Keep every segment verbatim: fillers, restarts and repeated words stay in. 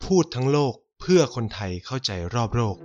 พูดทั้งโลกเพื่อคนไทยเข้าใจรอบโลก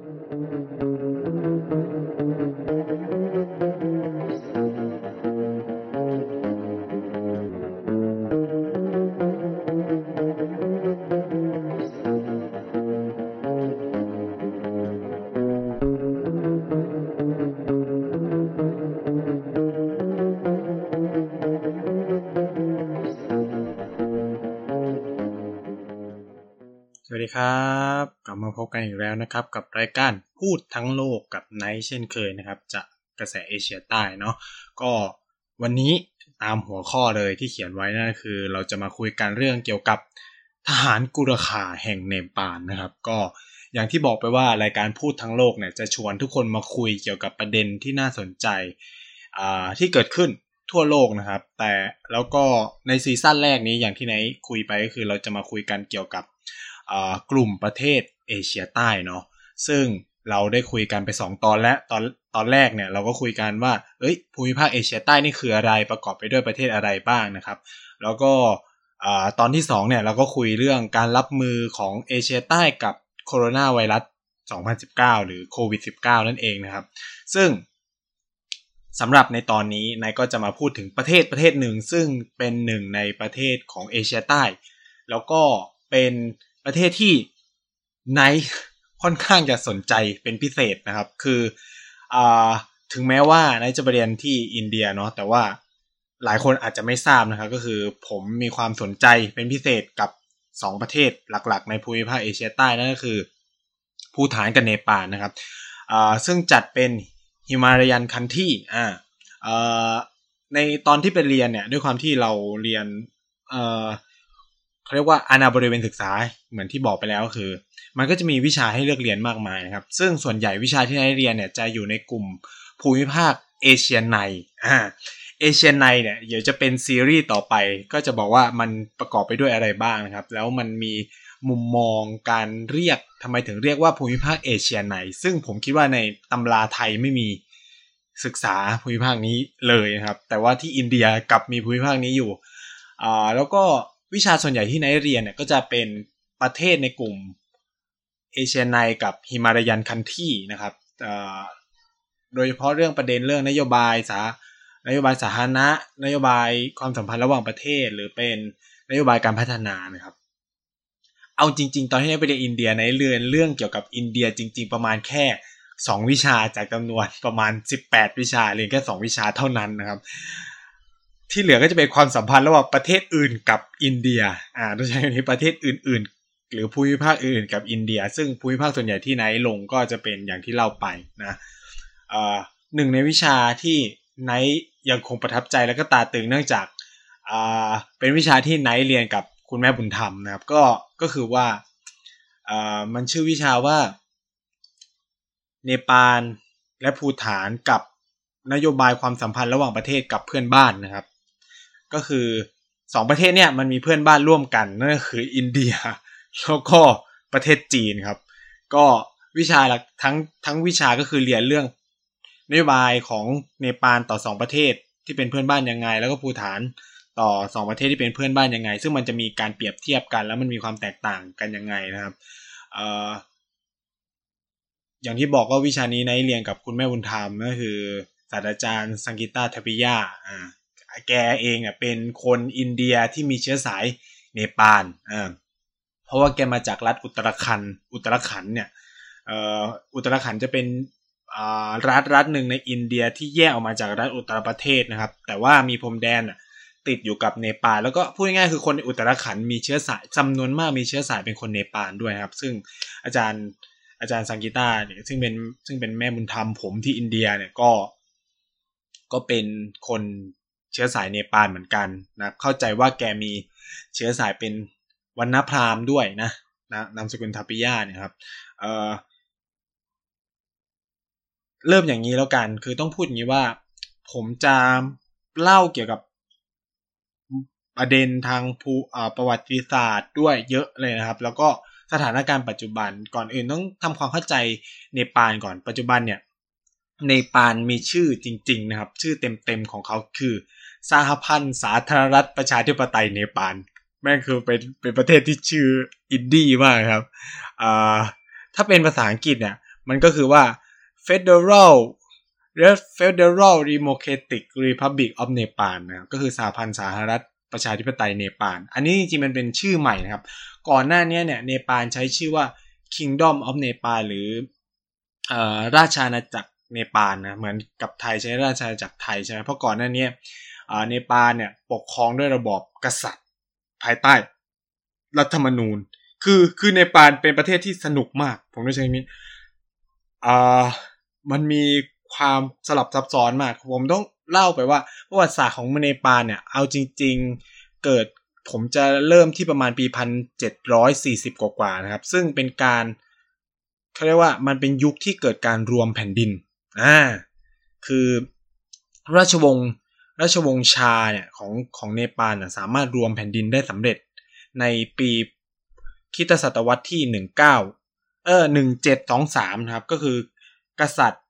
สวัสดีครับกลับมาพบกันอีกแล้วนะครับกับรายการพูดทั้งโลกกับไนท์เช่นเคยนะครับจากกระแสเอเชียใต้เนาะก็วันนี้ตามหัวข้อเลยที่เขียนไว้นั่นคือเราจะมาคุยกันเรื่องเกี่ยวกับทหารกุรขาแห่งเนปาลนะครับก็อย่างที่บอกไปว่ารายการพูดทั้งโลกเนี่ยจะชวนทุกคนมาคุยเกี่ยวกับประเด็นที่น่าสนใจอ่าที่เกิดขึ้นทั่วโลกนะครับแต่แล้วก็ในซีซั่นแรกนี้อย่างที่ไนท์คุยไปก็คือเราจะมาคุยกันเกี่ยวกับกลุ่มประเทศเอเชียใต้เนาะซึ่งเราได้คุยกันไปสองตอนแล้วตอนตอนแรกเนี่ยเราก็คุยกันว่าเอ้ยภูมิภาคเอเชียใต้นี่คืออะไรประกอบไปด้วยประเทศอะไรบ้างนะครับแล้วก็ตอนที่สองเนี่ยเราก็คุยเรื่องการรับมือของเอเชียใต้กับโคโรนาไวรัสสองพันสิบเก้าหรือโควิดสิบเก้านั่นเองนะครับซึ่งสำหรับในตอนนี้นายก็จะมาพูดถึงประเทศประเทศหนึ่งซึ่งเป็นหนึ่งในประเทศของเอเชียใต้แล้วก็เป็นประเทศที่ไนท์ค่อนข้างจะสนใจเป็นพิเศษนะครับคืออ่าถึงแม้ว่าไนท์จะไปเรียนที่อินเดียเนาะแต่ว่าหลายคนอาจจะไม่ทราบนะครับก็คือผมมีความสนใจเป็นพิเศษกับสองประเทศหลักๆในภูมิภาคเอเชียใต้นั่นก็คือภูฏานกับเนปาลนะครับอ่าซึ่งจัดเป็นฮิมาลายันคันทรีอ่าเอ่อในตอนที่ไปเรียนเนี่ยด้วยความที่เราเรียนเอ่อเขาเรียกว่าอาณาบริเวณศึกษาเหมือนที่บอกไปแล้วก็คือมันก็จะมีวิชาให้เลือกเรียนมากมายนะครับซึ่งส่วนใหญ่วิชาที่ได้เรียนเนี่ยจะอยู่ในกลุ่มภูมิภาคเอเชียในอ่าเอเชียในเนี่ยเดี๋ยวจะเป็นซีรีส์ต่อไปก็จะบอกว่ามันประกอบไปด้วยอะไรบ้างนะครับแล้วมันมีมุมมองการเรียกทำไมถึงเรียกว่าภูมิภาคเอเชียในซึ่งผมคิดว่าในตำราไทยไม่มีศึกษาภูมิภาคนี้เลยนะครับแต่ว่าที่อินเดียกลับมีภูมิภาคนี้อยู่อ่าแล้วก็วิชาส่วนใหญ่ที่ไนท์เรียนเนี่ยก็จะเป็นประเทศในกลุ่มเอเชียในกับฮิมาลายันคันทรีนะครับโดยเฉพาะเรื่องประเด็นเรื่องนโยบายสานโยบายสาธารณะนโยบายความสัมพันธ์ระหว่างประเทศหรือเป็นนโยบายการพัฒนานะครับเอาจริงๆตอนที่ไนท์ไปเรียนอินเดียไนท์เรียนเรื่องเกี่ยวกับอินเดียจริงๆประมาณแค่สองวิชาจากจำนวนประมาณสิบแปดวิชาเรียนแค่สองวิชาเท่านั้นนะครับที่เหลือก็จะเป็นความสัมพันธ์ระหว่างประเทศอื่นกับอินเดียอ่าโดยใช้คำนี้ประเทศอื่นๆหรือภูมิภาคอื่นกับอินเดียซึ่งภูมิภาคส่วนใหญ่ที่ไนท์ลงก็จะเป็นอย่างที่เล่าไปนะอ่าหนึ่งในวิชาที่ไนท์ยังคงประทับใจแล้วก็ตาตึงเนื่องจากอ่าเป็นวิชาที่ไนท์เรียนกับคุณแม่บุญธรรมนะครับก็ก็คือว่าอ่ามันชื่อวิชาว่าเนปาลและภูฏานกับนโยบายความสัมพันธ์ระหว่างประเทศกับเพื่อนบ้านนะครับก็คือสองประเทศเนี่ยมันมีเพื่อนบ้านร่วมกันนั่นก็คืออินเดียแล้วก็ประเทศจีนครับก็วิชาหลักทั้งทั้งวิชาก็คือเรียนเรื่องนโยบายของเนปาลต่อสองประเทศที่เป็นเพื่อนบ้านยังไงแล้วก็ภูฏานต่อสองประเทศที่เป็นเพื่อนบ้านยังไงซึ่งมันจะมีการเปรียบเทียบกันแล้วมันมีความแตกต่างกันยังไงนะครับเอ่ออย่างที่บอกว่าวิชานี้ไนท์เรียนกับคุณแม่บุญธรรมก็คือศาสตราจารย์สังกิตาทัพปิยาอ่าแกเองอ่ะเป็นคนอินเดียที่มีเชื้อสายเนปาลอ่าเพราะว่าแกมาจากรัฐอุตรขันธ์อุตรขันธ์เนี่ยเอ่ออุตรขันธ์จะเป็นอ่ารัฐรัฐหนึ่งในอินเดียที่แยกออกมาจากรัฐอุตรประเทศนะครับแต่ว่ามีพรมแดนอ่ะติดอยู่กับเนปาลแล้วก็พูดง่ายๆคือคนในอุตรขันธ์มีเชื้อสายจำนวนมากมีเชื้อสายเป็นคนเนปาลด้วยครับซึ่งอาจารย์อาจารย์สังกิตาเนี่ยซึ่งเป็นซึ่งเป็นแม่บุญธรรมผมที่อินเดียเนี่ยก็ก็เป็นคนเชื้อสายเนปาลเหมือนกันนะเข้าใจว่าแกมีเชื้อสายเป็นวรรณพราหมณ์ด้วยนะนะนามสกุลทัพปิยาเนี่ยครับเอ่อเริ่มอย่างนี้แล้วกันคือต้องพูดอย่างนี้ว่าผมจะเล่าเกี่ยวกับประเด็นทางภูอ่าประวัติศาสตร์ด้วยเยอะเลยนะครับแล้วก็สถานการณ์ปัจจุบันก่อนอื่นต้องทำความเข้าใจเนปาลก่อนปัจจุบันเนี่ยเนปาลมีชื่อจริงๆนะครับชื่อเต็มๆของเขาคือสหพันธ์สาธารณรัฐประชาธิปไตยเนปาลแม่งคือเป็นเป็นประเทศที่ชื่ออินดี้มากครับอ่าถ้าเป็นภาษาอังกฤษเนี่ยมันก็คือว่า Federal Federal Democratic Republic of Nepal นะครับก็คือสหพันธ์สาธารณรัฐประชาธิปไตยเนปาลอันนี้จริงๆมันเป็นชื่อใหม่นะครับก่อนหน้านี้เนี่ยเนปาลใช้ชื่อว่า Kingdom of Nepal หรือเอ่อราชอาณาจักรเนปาลนะเหมือนกับไทยใช้ราชอาณาจักรไทยใช่ไหมเพราะก่อนหน้านี้อ่าเนปาลเนี่ยปกครองด้วยระบอบกษัตริย์ภายใต้รัฐธรรมนูญคือคือเนปาลเป็นประเทศที่สนุกมากผมต้องใช้คำนี้อ่ามันมีความสลับซับซ้อนมากผมต้องเล่าไปว่าประวัติศาสตร์ของเนปาลเนี่ยเอาจริงๆเกิดผมจะเริ่มที่ประมาณปีหนึ่งพันเจ็ดร้อยสี่สิบกว่าๆนะครับซึ่งเป็นการเขาเรียกว่ามันเป็นยุคที่เกิดการรวมแผ่นดินอ่าคือราชวงศ์ราชวงศ์ชาเนี่ยของของเนปาลสามารถรวมแผ่นดินได้สำเร็จในปีคริสตศตวรรษที่สิบเก้าเออหนึ่งเจ็ดสองสามนะครับก็คือกษัตริย์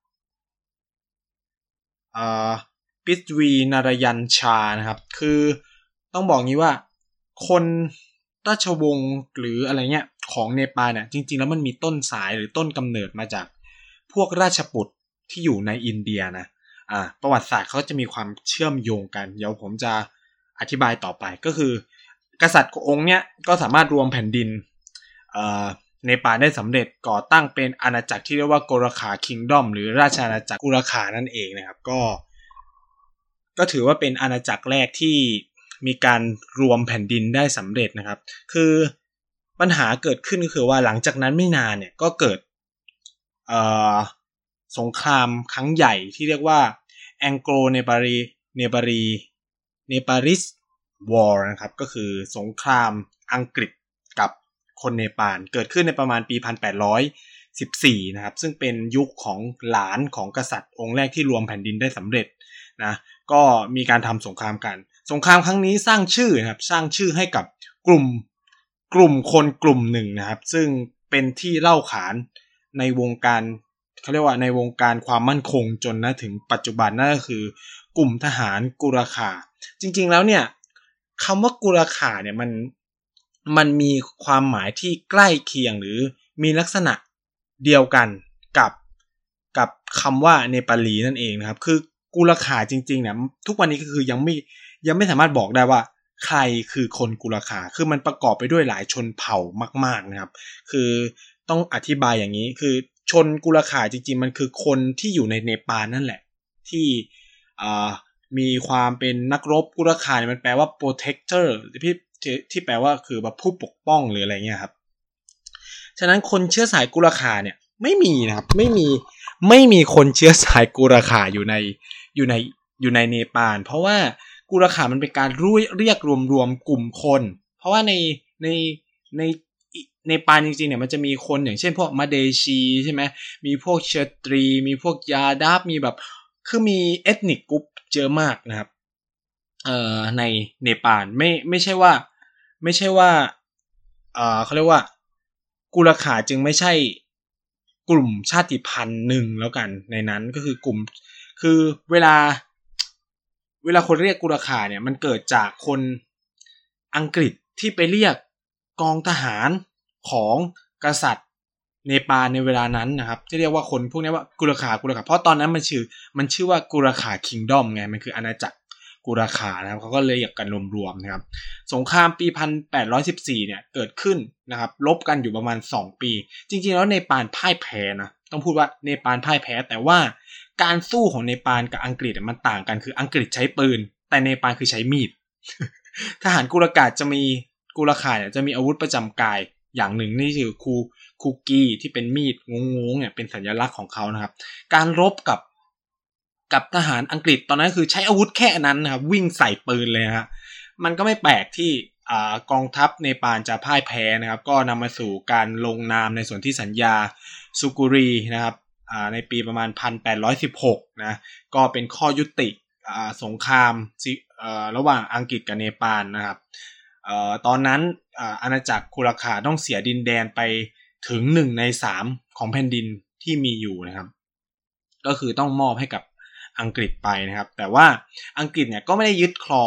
อ่าปิตวีนารยันชานะครับคือต้องบอกงี้ว่าคนราชวงศ์หรืออะไรเงี้ยของเนปาลเนี่ยจริงๆแล้วมันมีต้นสายหรือต้นกำเนิดมาจากพวกราชบุตรที่อยู่ในอินเดียนะอ่าประวัติศาสตร์เขาจะมีความเชื่อมโยงกันเดี๋ยวผมจะอธิบายต่อไปก็คือกษัตริย์องค์เนี้ยก็สามารถรวมแผ่นดินเอ่อเนปาลได้สำเร็จก่อตั้งเป็นอาณาจักรที่เรียกว่าโกรขาคิงดอมหรือราชอาณาจักรกุรขานั่นเองนะครับก็ก็ถือว่าเป็นอาณาจักรแรกที่มีการรวมแผ่นดินได้สำเร็จนะครับคือปัญหาเกิดขึ้นก็คือว่าหลังจากนั้นไม่นานเนี่ยก็เกิดเอ่อสงครามครั้งใหญ่ที่เรียกว่าแองโกลเนปารีเนปารีเนปาริสวอร์นะครับก็คือสงครามอังกฤษกับคนเนปาลเกิดขึ้นในประมาณปีหนึ่งพันแปดร้อยสิบสี่นะครับซึ่งเป็นยุคของหลานของกษัตริย์องค์แรกที่รวมแผ่นดินได้สำเร็จนะก็มีการทำสงครามกันสงครามครั้งนี้สร้างชื่อนะครับสร้างชื่อให้กับกลุ่มกลุ่มคนกลุ่มหนึ่งนะครับซึ่งเป็นที่เล่าขานในวงการเขาเรียกว่าในวงการความมั่นคงจนนะถึงปัจจุบันนั่นก็คือกลุ่มทหารกุรขาจริงๆแล้วเนี่ยคำว่ากุรขาเนี่ยมันมันมีความหมายที่ใกล้เคียงหรือมีลักษณะเดียวกันกับกับคำว่าเนปาลีนั่นเองนะครับคือกุรขาจริงๆเนี่ยทุกวันนี้ก็คือยังไม่ยังไม่สามารถบอกได้ว่าใครคือคนกุรขาคือมันประกอบไปด้วยหลายชนเผ่ามากๆนะครับคือต้องอธิบายอย่างนี้คือชนกุรขาจริงๆมันคือคนที่อยู่ในเนปาลนั่นแหละที่อ่ามีความเป็นนักรบกุรขาเนี่ยมันแปลว่า protector ที่ที่แปลว่าคือแบบผู้ปกป้องหรืออะไรเงี้ยครับฉะนั้นคนเชื้อสายกุรขาเนี่ยไม่มีนะครับไม่มีไม่มีคนเชื้อสายกุรขาอยู่ในอยู่ในอยู่ในเนปาลเพราะว่ากุรขามันเป็นการเรียกรวมๆกลุ่มคนเพราะว่าในในในเนปาลจริงๆเนี่ยมันจะมีคนอย่างเช่นพวกมาเดชีใช่ไหมมีพวกเชตรีมีพวกยาดาบมีแบบคือมีเอทนิกกรุ๊ปเยอะมากนะครับเอ่อในเนปาลไม่ไม่ใช่ว่าไม่ใช่ว่าเอ่อเขาเรียกว่ากุรขาจึงไม่ใช่กลุ่มชาติพันธุ์หนึ่งแล้วกันในนั้นก็คือกลุ่มคือเวลาเวลาคนเรียกกุรขาเนี่ยมันเกิดจากคนอังกฤษที่ไปเรียกกองทหารของกษัตริย์เนปาลในเวลานั้นนะครับที่เรียกว่าคนพวกนี้ว่ากุรขากุรขาเพราะตอนนั้นมันชื่อมันชื่อว่ากุรขาคิงดอมไงมันคืออาณาจักรกุรขานะครับเขาก็เลยเรียกกันรวมๆนะครับสงครามปีหนึ่งพันแปดร้อยสิบสี่เนี่ยเกิดขึ้นนะครับลบกันอยู่ประมาณสองปีจริงๆแล้วเนปาลพ่ายแพ้นะต้องพูดว่าเนปาลพ่ายแพ้แต่ว่าการสู้ของเนปาลกับอังกฤษมันต่างกันคืออังกฤษใช้ปืนแต่เนปาลคือใช้มีด ทหารกุรขาจะมีกุรขาเนี่ยจะมีอาวุธประจำกายอย่างหนึ่งนี่คือคูคูกี้ที่เป็นมีดงงๆเนี่ยเป็นสัญลักษณ์ของเขานะครับการรบกับกับทหารอังกฤษตอนนั้นคือใช้อาวุธแค่นั้นนะครับวิ่งใส่ปืนเลยฮะมันก็ไม่แปลกที่อ่ากองทัพเนปาลจะพ่ายแพ้นะครับก็นำมาสู่การลงนามในส่วนที่สัญญาซูกุรีนะครับอ่าในปีประมาณหนึ่งพันแปดร้อยสิบหกนะก็เป็นข้อยุติอ่าสงครามเอ่อระหว่างอังกฤษกับเนปาลนะครับเอ่อตอนนั้นอ่าอาณาจักรกุรขาต้องเสียดินแดนไปถึงหนึ่งในสามของแผ่นดินที่มีอยู่นะครับก็คือต้องมอบให้กับอังกฤษไปนะครับแต่ว่าอังกฤษเนี่ยก็ไม่ได้ยึดครอง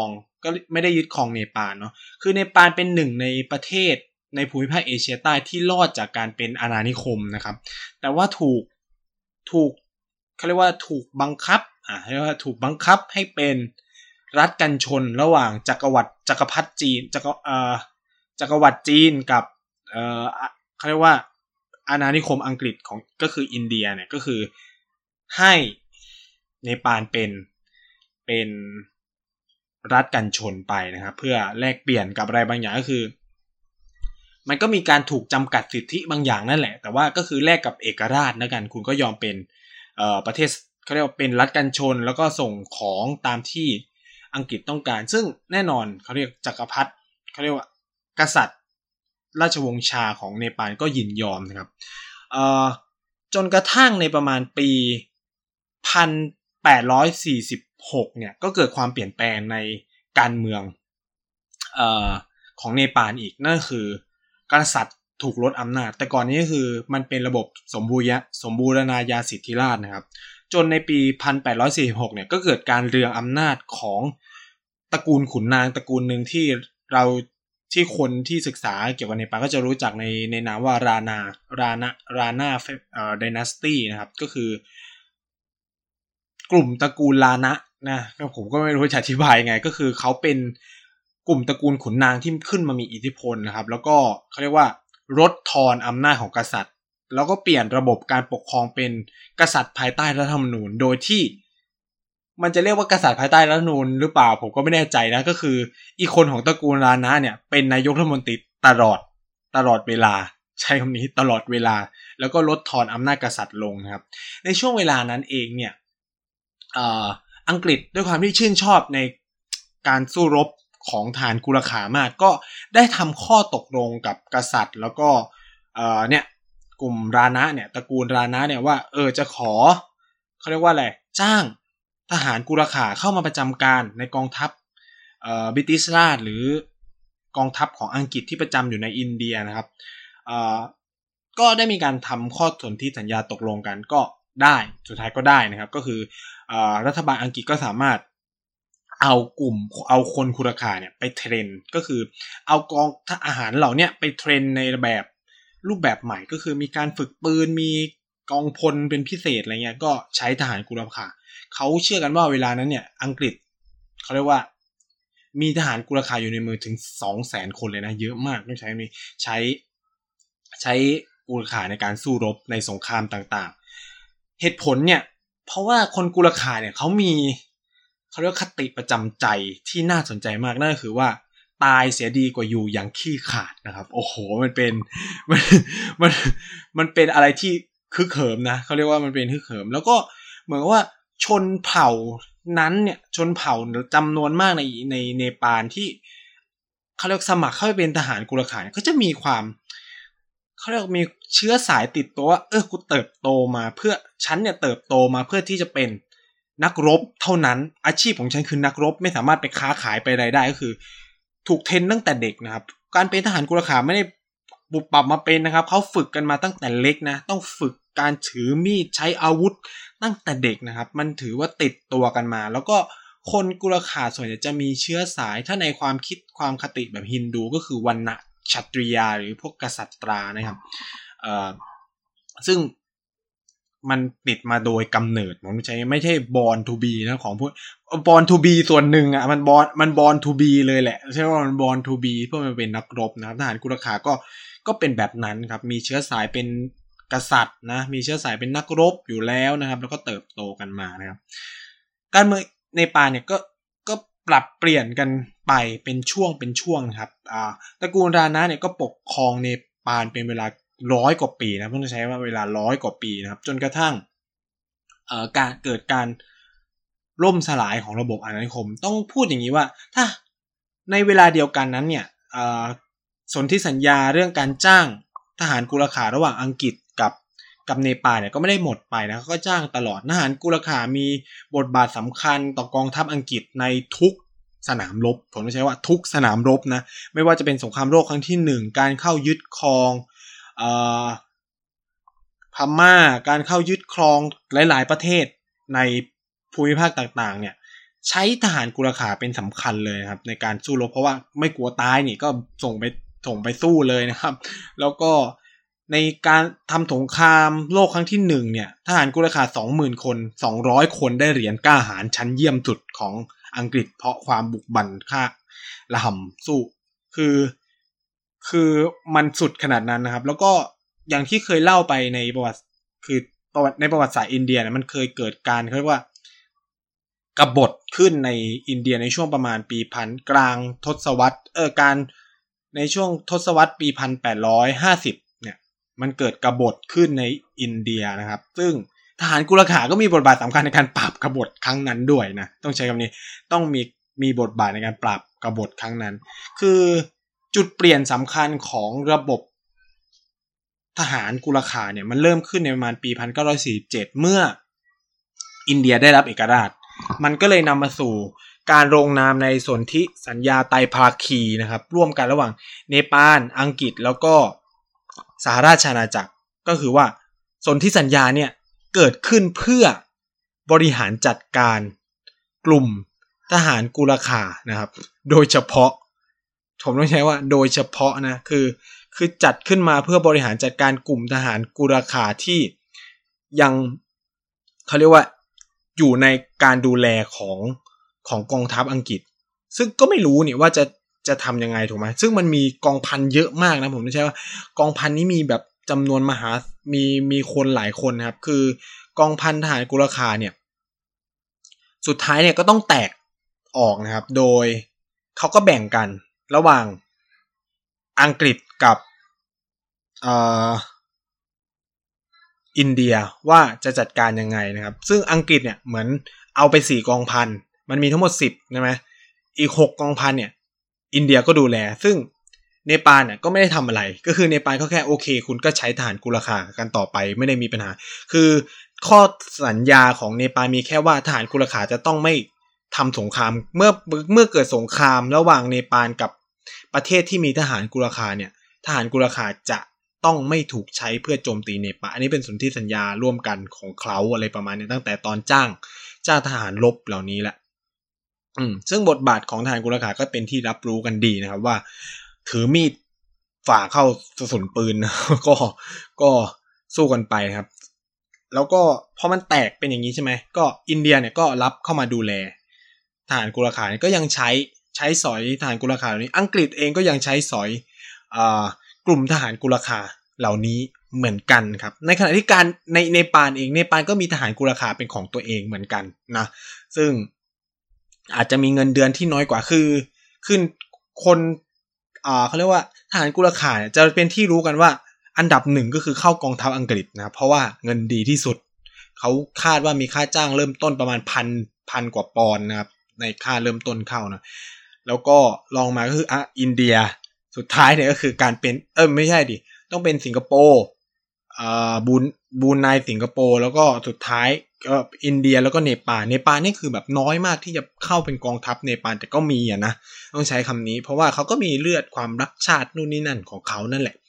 ก็ไม่ได้ยึดครองเนปาลเนาะคือเนปาลเป็นหนึ่งในประเทศในภูมิภาคเอเชียใต้ที่รอดจากการเป็นอาณานิคมนะครับแต่ว่าถูกถูกเขาเรียกว่าถูกบังคับอ่าเรียกว่าถูกบังคับให้เป็นรัฐกันชนระหว่างจักรวรรดิจักรพรรดิจีนจักรเอ่อจักรวรรดิจีนกับเอ่อเขาเรียกว่าอาณานิคมอังกฤษของก็คืออินเดียเนี่ยก็คือให้เนปาลเป็นเป็นรัฐกันชนไปนะครับเพื่อแลกเปลี่ยนกับอะไรบางอย่างก็คือมันก็มีการถูกจำกัดสิทธิบางอย่างนั่นแหละแต่ว่าก็คือแลกกับเอกราชนะกันคุณก็ยอมเป็นเอ่อประเทศเขาเรียกว่าเป็นรัฐกันชนแล้วก็ส่งของตามที่อังกฤษต้องการซึ่งแน่นอนเขาเรียกจักรพรรดิเขาเรียกว่ากษัตริย์ราชวงศ์ชาของเนปาลก็ยินยอมนะครับเอ่อจนกระทั่งในประมาณปี หนึ่งพันแปดร้อยสี่สิบหก เนี่ยก็เกิดความเปลี่ยนแปลงในการเมืองเอ่อของเนปาลอีกนั่นคือกษัตริย์ถูกลดอำนาจแต่ก่อนนี้ก็คือมันเป็นระบบสมบูรณสมบูรณาญาสิทธิราชนะครับจนในปี หนึ่งพันแปดร้อยสี่สิบหก เนี่ยก็เกิดการเรืองอำนาจของตระกูลขุนนางตระกูลหนึ่งที่เราที่คนที่ศึกษาเกี่ยวกับเนปาลก็จะรู้จักในในนามว่ารานารานารานาเอ่อ Dynasty นะครับก็คือกลุ่มตระกูลลานะนะผมก็ไม่รู้จะอธิบายยังไงก็คือเขาเป็นกลุ่มตระกูลขุนนางที่ขึ้นมามีอิทธิพลนะครับแล้วก็เขาเรียกว่าลดทอนอำนาจของกษัตริย์แล้วก็เปลี่ยนระบบการปกครองเป็นกษัตริย์ภายใต้รัฐธรรมนูญโดยที่มันจะเรียกว่ากษัตริย์ภายใต้รัฐธรรมนูญหรือเปล่าผมก็ไม่แน่ใจนะก็คืออีกคนของตระกูลลานะเนี่ยเป็นนายกรัฐมนตรีตลอดตลอดเวลาใช้คำนี้ตลอดเวลาแล้วก็ลดทอนอำนาจกษัตริย์ลงนะครับในช่วงเวลานั้นเองเนี่ยอ่าอังกฤษด้วยความที่ชื่นชอบในการสู้รบของทหารกุรขามากก็ได้ทำข้อตกลงกับกษัตริย์แล้วก็เอ่อเนี่ยกลุ่มรานะเนี่ยตระกูลรานะเนี่ยว่าเออจะขอเขาเรียกว่าอะไรจ้างทหารกุรขาเข้ามาประจำการในกองทัพเอ่อบริติชราชหรือกองทัพของอังกฤษที่ประจำอยู่ในอินเดียนะครับเอ่อก็ได้มีการทำข้อสนธิสัญญาตกลงกันก็ได้สุดท้ายก็ได้นะครับก็คือรัฐบาลอังกฤษก็สามารถเอากลุ่มเอาคนคุรขาเนี่ยไปเทรนก็คือเอากองอาหารเหล่านี้ไปเทรนในแบบรูปแบบใหม่ก็คือมีการฝึกปืนมีกองพลเป็นพิเศษอะไรเงี้ยก็ใช้ทหารกุรขาเขาเชื่อกันว่าเวลานั้นเนี่ยอังกฤษเขาเรียกว่ามีทหารกุรขาอยู่ในมือถึง สองแสน คนเลยนะเยอะมากต้องใช้มีใช้ใช้กุรขาในการสู้รบในสงครามต่างๆเหตุผลเนี่ยเพราะว่าคนกุรขาเนี่ยเขามีเขาเรียกคติประจำใจที่น่าสนใจมากนั่นก็คือว่าตายเสียดีกว่าอยู่อย่างขี้ขาดนะครับโอ้โหมันเป็นมันมันมันเป็นอะไรที่คึกเหิมนะเขาเรียกว่ามันเป็นคึกเหิมแล้วก็เหมือนว่าชนเผ่านั้นเนี่ยชนเผ่าจำนวนมากในในเนปาลที่เขาเรียกสมัครเข้าไปเป็นทหารกุรขาก็จะมีความเขาเรียกมีเชื้อสายติดตัวว่าเออกูเติบโตมาเพื่อฉันเนี่ยเติบโตมาเพื่อที่จะเป็นนักรบเท่านั้นอาชีพของฉันคือนักรบไม่สามารถไปค้าขายไปอะไรได้ก็คือถูกเทรนตั้งแต่เด็กนะครับการเป็นทหารกุรขาไม่ได้ปุบปับมาเป็นนะครับเขาฝึกกันมาตั้งแต่เล็กนะต้องฝึกการถือมีดใช้อาวุธตั้งแต่เด็กนะครับมันถือว่าติดตัวกันมาแล้วก็คนกุรขาส่วนใหญ่จะมีเชื้อสายถ้าในความคิดความคติแบบฮินดูก็คือวรรณะชัตริยาหรือพวกกษัตรานะครับเอ่อซึ่งมันติดมาโดยกำเนิดมันไม่ใช่ไม่ใช่ born to be นะของพวก born to be ส่วนหนึ่งอ่ะมัน born มัน born to be เลยแหละใช่ว่ามัน born to be เพื่อมันเป็นนักรบนะครับทหารกุรขาก็ก็เป็นแบบนั้นครับมีเชื้อสายเป็นกษัตริย์นะมีเชื้อสายเป็นนักรบอยู่แล้วนะครับแล้วก็เติบโตกันมานะครับการเมืองในปาเนี่ยก็ก็ปรับเปลี่ยนกันไปเป็นช่วงเป็นช่วงครับอ่าตระกูลรานะเนี่ยก็ปกครองเนปาลเป็นเวลาร้อยกว่าปีนะต้องใช้ว่าเวลาร้อยกว่าปีนะครับจนกระทั่งเอ่อการเกิดการล่มสลายของระบบอาณานิคมต้องพูดอย่างนี้ว่าถ้าในเวลาเดียวกันนั้นเนี่ยเอ่อสนธิสัญญาเรื่องการจ้างทหารกุรขาระหว่างอังกฤษกับกับเนปาลเนี่ยก็ไม่ได้หมดไปนะเขาก็จ้างตลอดทหารกุรขามีบทบาทสำคัญต่อกองทัพอังกฤษในทุกสนามรบผมต้องใช้ว่าทุกสนามรบนะไม่ว่าจะเป็นสงครามโลกครั้งที่หนึ่งการเข้ายึดครองเอ่อพม่าการเข้ายึดครองหลายๆประเทศในภูมิภาคต่างๆเนี่ยใช้ทหารกุลขาเป็นสำคัญเลยครับในการสู้รบเพราะว่าไม่กลัวตายนี่ก็ส่งไปส่งไปสู้เลยนะครับแล้วก็ในการทำสงครามโลกครั้งที่หนึ่งเนี่ยทหารกุลขา สองหมื่น คนสองร้อยคนได้เหรียญกล้าหาญชั้นเยี่ยมสุดของอังกฤษเพราะความบุกบั่นฆ่าระห่ำสู้คือคือมันสุดขนาดนั้นนะครับแล้วก็อย่างที่เคยเล่าไปในประวัติคือประวัติในประวัติศาสตร์อินเดียเนี่ยมันเคยเกิดการเรียกว่ากบฏขึ้นในอินเดียในช่วงประมาณปีพันกลางทศวรรษเออการในช่วงทศวรรษปีหนึ่งพันแปดร้อยห้าสิบเนี่ยมันเกิดกบฏขึ้นในอินเดียนะครับซึ่งทหารกุลขาก็มีบทบาทสำคัญในการปราบกบฏครั้งนั้นด้วยนะต้องใช้คำนี้ต้องมีมีบทบาทในการปราบกบฏครั้งนั้นคือจุดเปลี่ยนสำคัญของระบบทหารกุลขาเนี่ยมันเริ่มขึ้นในประมาณปีหนึ่งพันเก้าร้อยสี่สิบเจ็ดเมื่ออินเดียได้รับเอกราชมันก็เลยนำมาสู่การลงนามในสนธิสัญญาไตรภาคีนะครับร่วมกันระหว่างเนปาลอังกฤษแล้วก็สหราชอาณาจักรก็คือว่าสนธิสัญญาเนี่ยเกิดขึ้นเพื่อบริหารจัดการกลุ่มทหารกุลขานะครับโดยเฉพาะผมต้องใช้ว่าโดยเฉพาะนะคือคือจัดขึ้นมาเพื่อบริหารจัดการกลุ่มทหารกุลขาที่ยังเขาเรียกว่าอยู่ในการดูแลของของกองทัพอังกฤษซึ่งก็ไม่รู้นี่ว่าจะจะทำยังไงถูกไหมซึ่งมันมีกองพันเยอะมากนะผมไม่ใช่ว่ากองพันนี้มีแบบจำนวนมหามีมีคนหลายคนนะครับคือกองพันทหารกุลขาเนี่ยสุดท้ายเนี่ยก็ต้องแตกออกนะครับโดยเขาก็แบ่งกันระหว่างอังกฤษกับเอ่ออินเดียว่าจะจัดการยังไงนะครับซึ่งอังกฤษเนี่ยเหมือนเอาไปสี่กองพันมันมีทั้งหมดสิบใช่ไหมอีกหกกองพันเนี่ยอินเดียก็ดูแลซึ่งเนปาลเนี่ยก็ไม่ได้ทำอะไรก็คือเนปาลก็แค่โอเคคุณก็ใช้ทหารกุลขากันต่อไปไม่ได้มีปัญหาคือข้อสัญญาของเนปาลมีแค่ว่าทหารกุลขาจะต้องไม่ทำสงครามเมื่อเมื่อเกิดสงครามระหว่างเนปาลกับประเทศที่มีทหารกุลขาเนี่ยทหารกุลขาจะต้องไม่ถูกใช้เพื่อโจมตีเนปาลอันนี้เป็นสนธิสัญญาร่วมกันของเขาอะไรประมาณนี้ตั้งแต่ตอนจ้างจ้างทหารรบเหล่านี้แหละอืมซึ่งบทบาทของทหารกุลขาก็เป็นที่รับรู้กันดีนะครับว่าถือมีดฝ่าเข้ากระสุนปืนก็ก็สู้กันไปครับแล้วก็พอมันแตกเป็นอย่างนี้ใช่ไหมก็อินเดียเนี่ยก็รับเข้ามาดูแลทหารกุลขาก็ยังใช้ใช้สอยทหารกุลขาเหล่านี้อังกฤษเองก็ยังใช้สอยอ่ากลุ่มทหารกุลขาเหล่านี้เหมือนกันครับในขณะที่การในเนปาลเองเนปาลก็มีทหารกุลขาเป็นของตัวเองเหมือนกันนะซึ่งอาจจะมีเงินเดือนที่น้อยกว่าคือขึ้นคนอ่าเขาเรียกว่าทหารกุลขาจะเป็นที่รู้กันว่าอันดับหนึ่งก็คือเข้ากองทัพอังกฤษนะเพราะว่าเงินดีที่สุดเขาคาดว่ามีค่าจ้างเริ่มต้นประมาณพันพันกว่าปอนด์นะครับในค่าเริ่มต้นเข้านะแล้วก็ลองมาก็คืออ่ะอินเดียสุดท้ายเนี่ยก็คือการเป็นเออไม่ใช่ดิต้องเป็นสิงคโปร์อ่าบูนบูนไนสิงคโปร์แล้วก็สุดท้ายก็อินเดียแล้วก็เนปาลเนปาลนี่คือแบบน้อยมากที่จะเข้าเป็นกองทัพเนปาลแต่ก็มีอ่ะนะต้องใช้คำนี้เพราะว่าเขาก็มีเลือดความรักชาตินู่นนี่นั่นของเขานั่นแหละ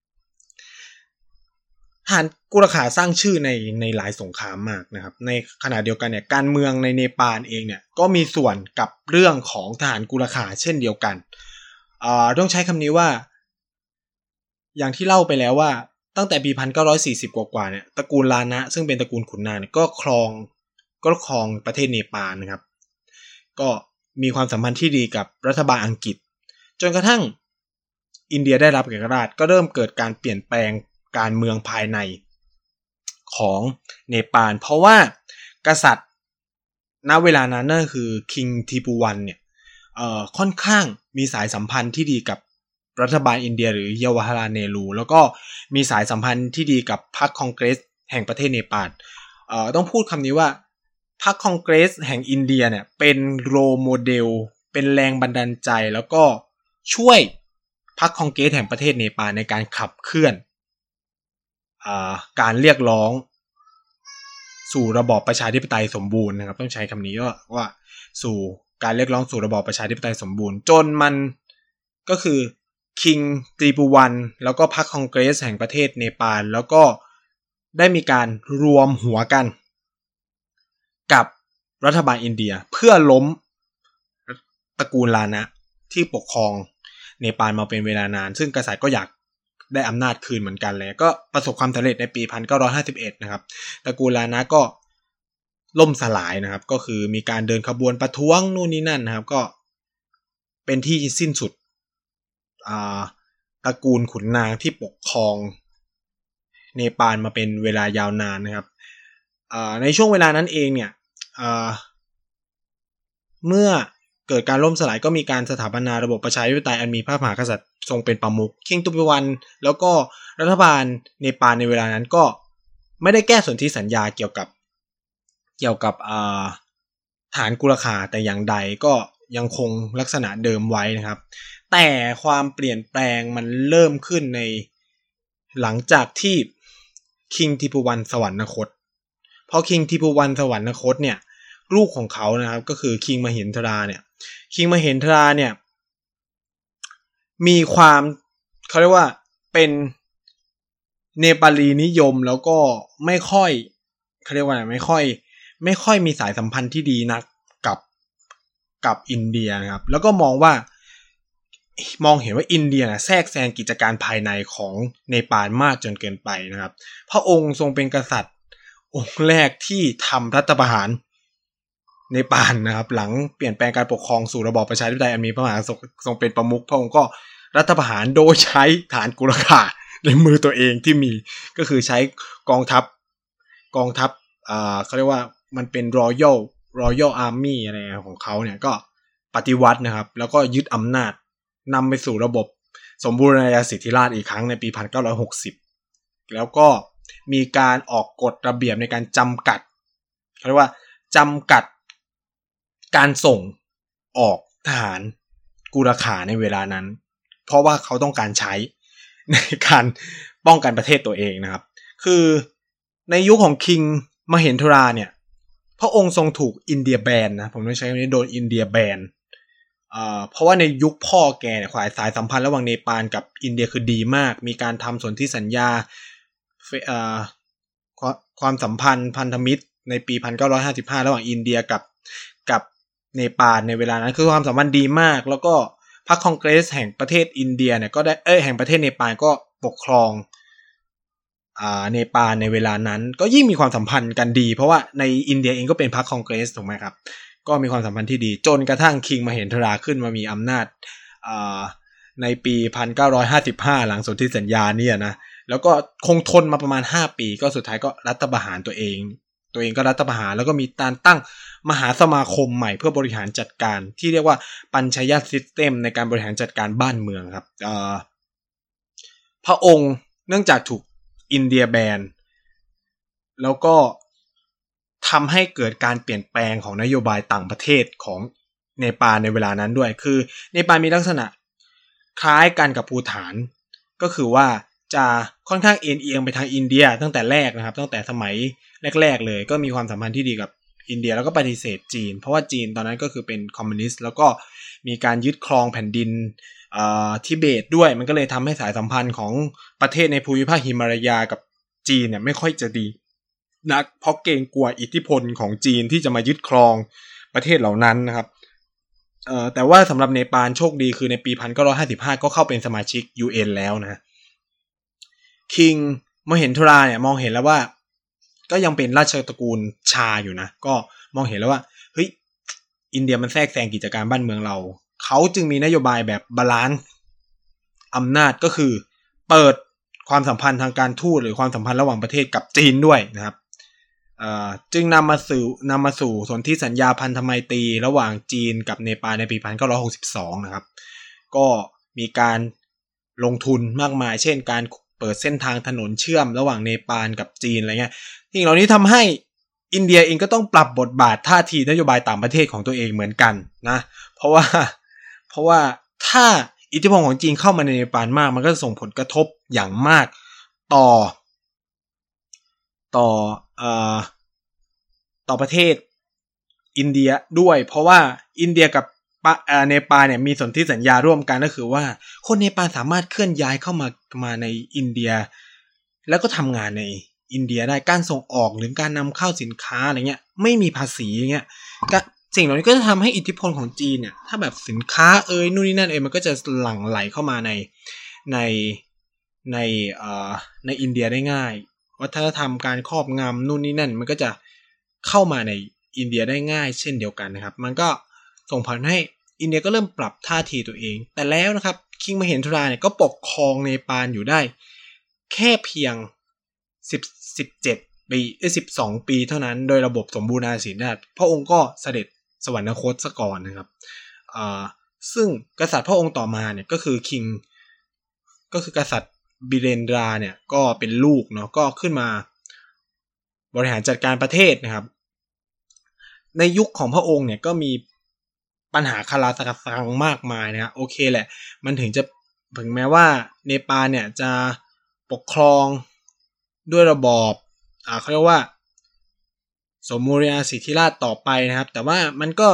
ทหารกุลขาสร้างชื่อในในหลายสงครามมากนะครับในขณะเดียวกันเนี่ยการเมืองในเนปาลเองเนี่ยก็มีส่วนกับเรื่องของทหารกุลขาเช่นเดียวกันอ่าต้องใช้คำนี้ว่าอย่างที่เล่าไปแล้วว่าตั้งแต่ปีหนึ่งพันเก้าร้อยสี่สิบกว่าๆเนี่ยตระกูลลานะซึ่งเป็นตระกูลขุนนางเนี่ยก็ครองก็ครองประเทศเนปาลนะครับก็มีความสัมพันธ์ที่ดีกับรัฐบาลอังกฤษจนกระทั่งอินเดียได้รับเอกราชก็เริ่มเกิดการเปลี่ยนแปลงการเมืองภายในของเนปาลเพราะว่ากษัตริย์ณเวลานั้นนั่นคือคิงทีปูวันเนี่ยเอ่อค่อนข้างมีสายสัมพันธ์ที่ดีกับรัฐบาลอินเดียหรือเยาวาราเนรูแล้วก็มีสายสัมพันธ์ที่ดีกับพรรคคองเกรสแห่งประเทศเนปาลเอ่อต้องพูดคำนี้ว่าพรรคคองเกรสแห่งอินเดียเนี่ยเป็นโรโมเดลเป็นแรงบันดาลใจแล้วก็ช่วยพรรคคองเกรสแห่งประเทศเนปาลในการขับเคลื่อนอ่าการเรียกร้องสู่ระบอบประชาธิปไตยสมบูรณ์นะครับต้องใช้คำนี้ว่าว่าสู่การเรียกร้องสู่ระบอบประชาธิปไตยสมบูรณ์จนมันก็คือคิงตีปูวันแล้วก็พรรคคองเกรสแห่งประเทศเนปาลแล้วก็ได้มีการรวมหัวกันกับรัฐบาลอินเดียเพื่อล้มตระกูลลานะที่ปกครองเนปาลมาเป็นเวลานานซึ่งกษัตริย์ก็อยากได้อำนาจคืนเหมือนกันเลยก็ประสบความสำเร็จในปีหนึ่งพันเก้าร้อยห้าสิบเอ็ดนะครับตระกูลลานะก็ล่มสลายนะครับก็คือมีการเดินขบวนประท้วงนู่นนี่นั่นนะครับก็เป็นที่สิ้นสุดอ่าตระกูลขุนนางที่ปกครองเนปาลมาเป็นเวลายาวนานนะครับในช่วงเวลานั้นเองเนี่ยเมื่อเกิดการล่มสลายก็มีการสถาปนาระบบประชาธิปไตยอันมีพระมหากษัตริย์ทรงเป็นประมุขคิงตุปิวันแล้วก็รัฐบาลเนปาลในเวลานั้นก็ไม่ได้แก้สนธิสัญญาเกี่ยวกับเกี่ยวกับฐานกุรขาแต่อย่างใดก็ยังคงลักษณะเดิมไว้นะครับแต่ความเปลี่ยนแปลงมันเริ่มขึ้นในหลังจากที่คิงทิพูวันสวรรคตพอคิงทิพูวันสวรรคตเนี่ยลูกของเขานะครับก็คือคิงมหินทราเนี่ยคิงมหินทราเนี่ยมีความเขาเรียกว่าเป็นเนปาลีนิยมแล้วก็ไม่ค่อยเขาเรียกว่าไม่ค่อยไม่ค่อยมีสายสัมพันธ์ที่ดีนักกับกับอินเดียนะครับแล้วก็มองว่ามองเห็นว่าอินเดียนะแทรกแซงกิจการภายในของเนปาลมากจนเกินไปนะครับพระองค์ทรงเป็นกษัตริย์องค์แรกที่ทำรัฐประหารเนปาลนะครับหลังเปลี่ยนแปลงการปกครองสู่ระบอบประชาธิปไตยอันมีพระมหากษัตริย์ทรงเป็นประมุขพระองค์ก็รัฐประหารโดยใช้ฐานกุรขาในมือตัวเองที่มีก็คือใช้กองทัพกองทัพอ่าเขาเรียกว่ามันเป็น Royal Royal Army อะไรของเขาเนี่ยก็ปฏิวัตินะครับแล้วก็ยึดอำนาจนำไปสู่ระบบสมบูรณาญาสิทธิราชย์อีกครั้งในปีหนึ่งพันเก้าร้อยหกสิบแล้วก็มีการออกกฎระเบียบในการจำกัดเขาเรียกว่าจำกัดการส่งออกทหารกุรขาในเวลานั้นเพราะว่าเขาต้องการใช้ในการป้องกันประเทศตัวเองนะครับคือในยุคของคิงมหินทราเนี่ยพระองค์ทรงถูกอินเดียแบนนะผมต้องใช้คำนี้โดนอินเดียแบนเอ่อเพราะว่าในยุคพ่อแกเนี่ยสายสัมพันธ์ระหว่างเนปาลกับอินเดียคือดีมากมีการทำสนธิสัญญาเอ่อความสัมพันธ์พันธมิตรในปีหนึ่งพันเก้าร้อยห้าสิบห้าระหว่างอินเดียกับกับเนปาลในเวลานั้นคือความสัมพันธ์ดีมากแล้วก็พรรคคองเกรสแห่งประเทศอินเดียเนี่ยก็ได้เอ้ยแห่งประเทศเนปาลก็ปกครองอ่าเนปาลในเวลานั้นก็ยิ่งมีความสัมพันธ์กันดีเพราะว่าในอินเดียเองก็เป็นพรรคคองเกรสถูกไหมครับก็มีความสัมพันธ์ที่ดีจนกระทั่งคิงมหินทราขึ้นมามีอำนาจอ่าในปีหนึ่งพันเก้าร้อยห้าสิบห้าหลังสนธิสัญญาเนี่ยนะแล้วก็คงทนมาประมาณห้าปีก็สุดท้ายก็รัฐประหารตัวเองตัวเองก็รัฐประหารแล้วก็มีการตั้งมหาสมาคมใหม่เพื่อบริหารจัดการที่เรียกว่าปัญชยซิสเต็มในการบริหารจัดการบ้านเมืองครับเอ่อพระองค์เนื่องจากถูกอินเดียแบนแล้วก็ทำให้เกิดการเปลี่ยนแปลงของนโยบายต่างประเทศของเนปาลในเวลานั้นด้วยคือเนปาลมีลักษณะคล้ายกันกับภูฏานก็คือว่าจะค่อนข้างเอ็นเอียงไปทางอินเดียตั้งแต่แรกนะครับตั้งแต่สมัยแรกๆเลยก็มีความสัมพันธ์ที่ดีกับอินเดียแล้วก็ปฏิเสธจีนเพราะว่าจีนตอนนั้นก็คือเป็นคอมมิวนิสต์แล้วก็มีการยึดครองแผ่นดินทิเบตด้วยมันก็เลยทำให้สายสัมพันธ์ของประเทศในภูมิภาคหิมาลายากับจีนเนี่ยไม่ค่อยจะดีนักเพราะเกรงกลัวอิทธิพลของจีนที่จะมายึดครองประเทศเหล่านั้นนะครับเอ่อแต่ว่าสำหรับเนปาลโชคดีคือในปีหนึ่งพันเก้าร้อยห้าสิบห้าก็เข้าเป็นสมาชิก ยู เอ็น แล้วนะคิงมหินทราเนี่ยมองเห็นแล้วว่าก็ยังเป็นราชตระกูลชาอยู่นะก็มองเห็นแล้วว่าเฮ้ยอินเดียมันแทรกแซงกิจการบ้านเมืองเราเขาจึงมีนโยบายแบบบาลานซ์อำนาจก็คือเปิดความสัมพันธ์ทางการทูตหรือความสัมพันธ์ระหว่างประเทศกับจีนด้วยนะครับจึงนำมาสู่นำมาสู่สนธิสัญญาพันธไมตรีระหว่างจีนกับเนปาลในปีหนึ่งพันเก้าร้อยหกสิบสองนะครับก็มีการลงทุนมากมายเช่นการเปิดเส้นทางถนนเชื่อมระหว่างเนปาลกับจีนอะไรเงี้ยสิ่งเหล่านี้ทำให้อินเดียเองก็ต้องปรับบทบาทท่าทีนโยบายต่างประเทศของตัวเองเหมือนกันนะเพราะว่าเพราะว่าถ้าอิทธิพลของจีนเข้ามาในเนปาลมากมันก็จะส่งผลกระทบอย่างมากต่อต่อเอ่อต่อประเทศอินเดียด้วยเพราะว่าอินเดียกับเนปาลเนี่ยมีสนธิสัญญาร่วมกันก็คือว่าคนเนปาลสามารถเคลื่อนย้ายเข้ามามาในอินเดียแล้วก็ทำงานในอินเดียได้การส่งออกหรือการนำเข้าสินค้าอะไรเงี้ยไม่มีภาษีอย่างเงี้ยก็สิ่งเหล่านี้ก็จะทำให้อิทธิพลของจีนเนี่ยถ้าแบบสินค้าเอ่ยนู่นนี่นั่นเอ่ยมันก็จะหลั่งไหลเข้ามาในในในเอ่อในอินเดียได้ง่ายวัฒนธรรมการครอบงำนู่นนี่นั่นมันก็จะเข้ามาในอินเดียได้ง่ายเช่นเดียวกันนะครับมันก็ส่งผลให้อินเดียก็เริ่มปรับท่าทีตัวเองแต่แล้วนะครับคิงมเหนทราเนี่ยก็ปกครองเนปาลอยู่ได้แค่เพียงสิบ สิบเจ็ดปีเอ้ยสิบสองปีเท่านั้นโดยระบบสมบูรณาญาสิทธิพระองค์ก็เสด็จสวรรคตซะก่อนนะครับอ่าซึ่งกษัตริย์พระองค์ต่อมาเนี่ยก็คือคิงก็คือกษัตริย์บิเรนดราเนี่ยก็เป็นลูกเนาะก็ขึ้นมาบริหารจัดการประเทศนะครับในยุคของพระองค์เนี่ยก็มีปัญหาคาราคาซังมากมายนะโอเคแหละมันถึงจะถึงแม้ว่าเนปาลเนี่ยจะปกครองด้วยระบอบอ่าเขาเรียกว่าสมบูรณาญาสิทธิราชต่อไปนะครับแต่ว่ามันก็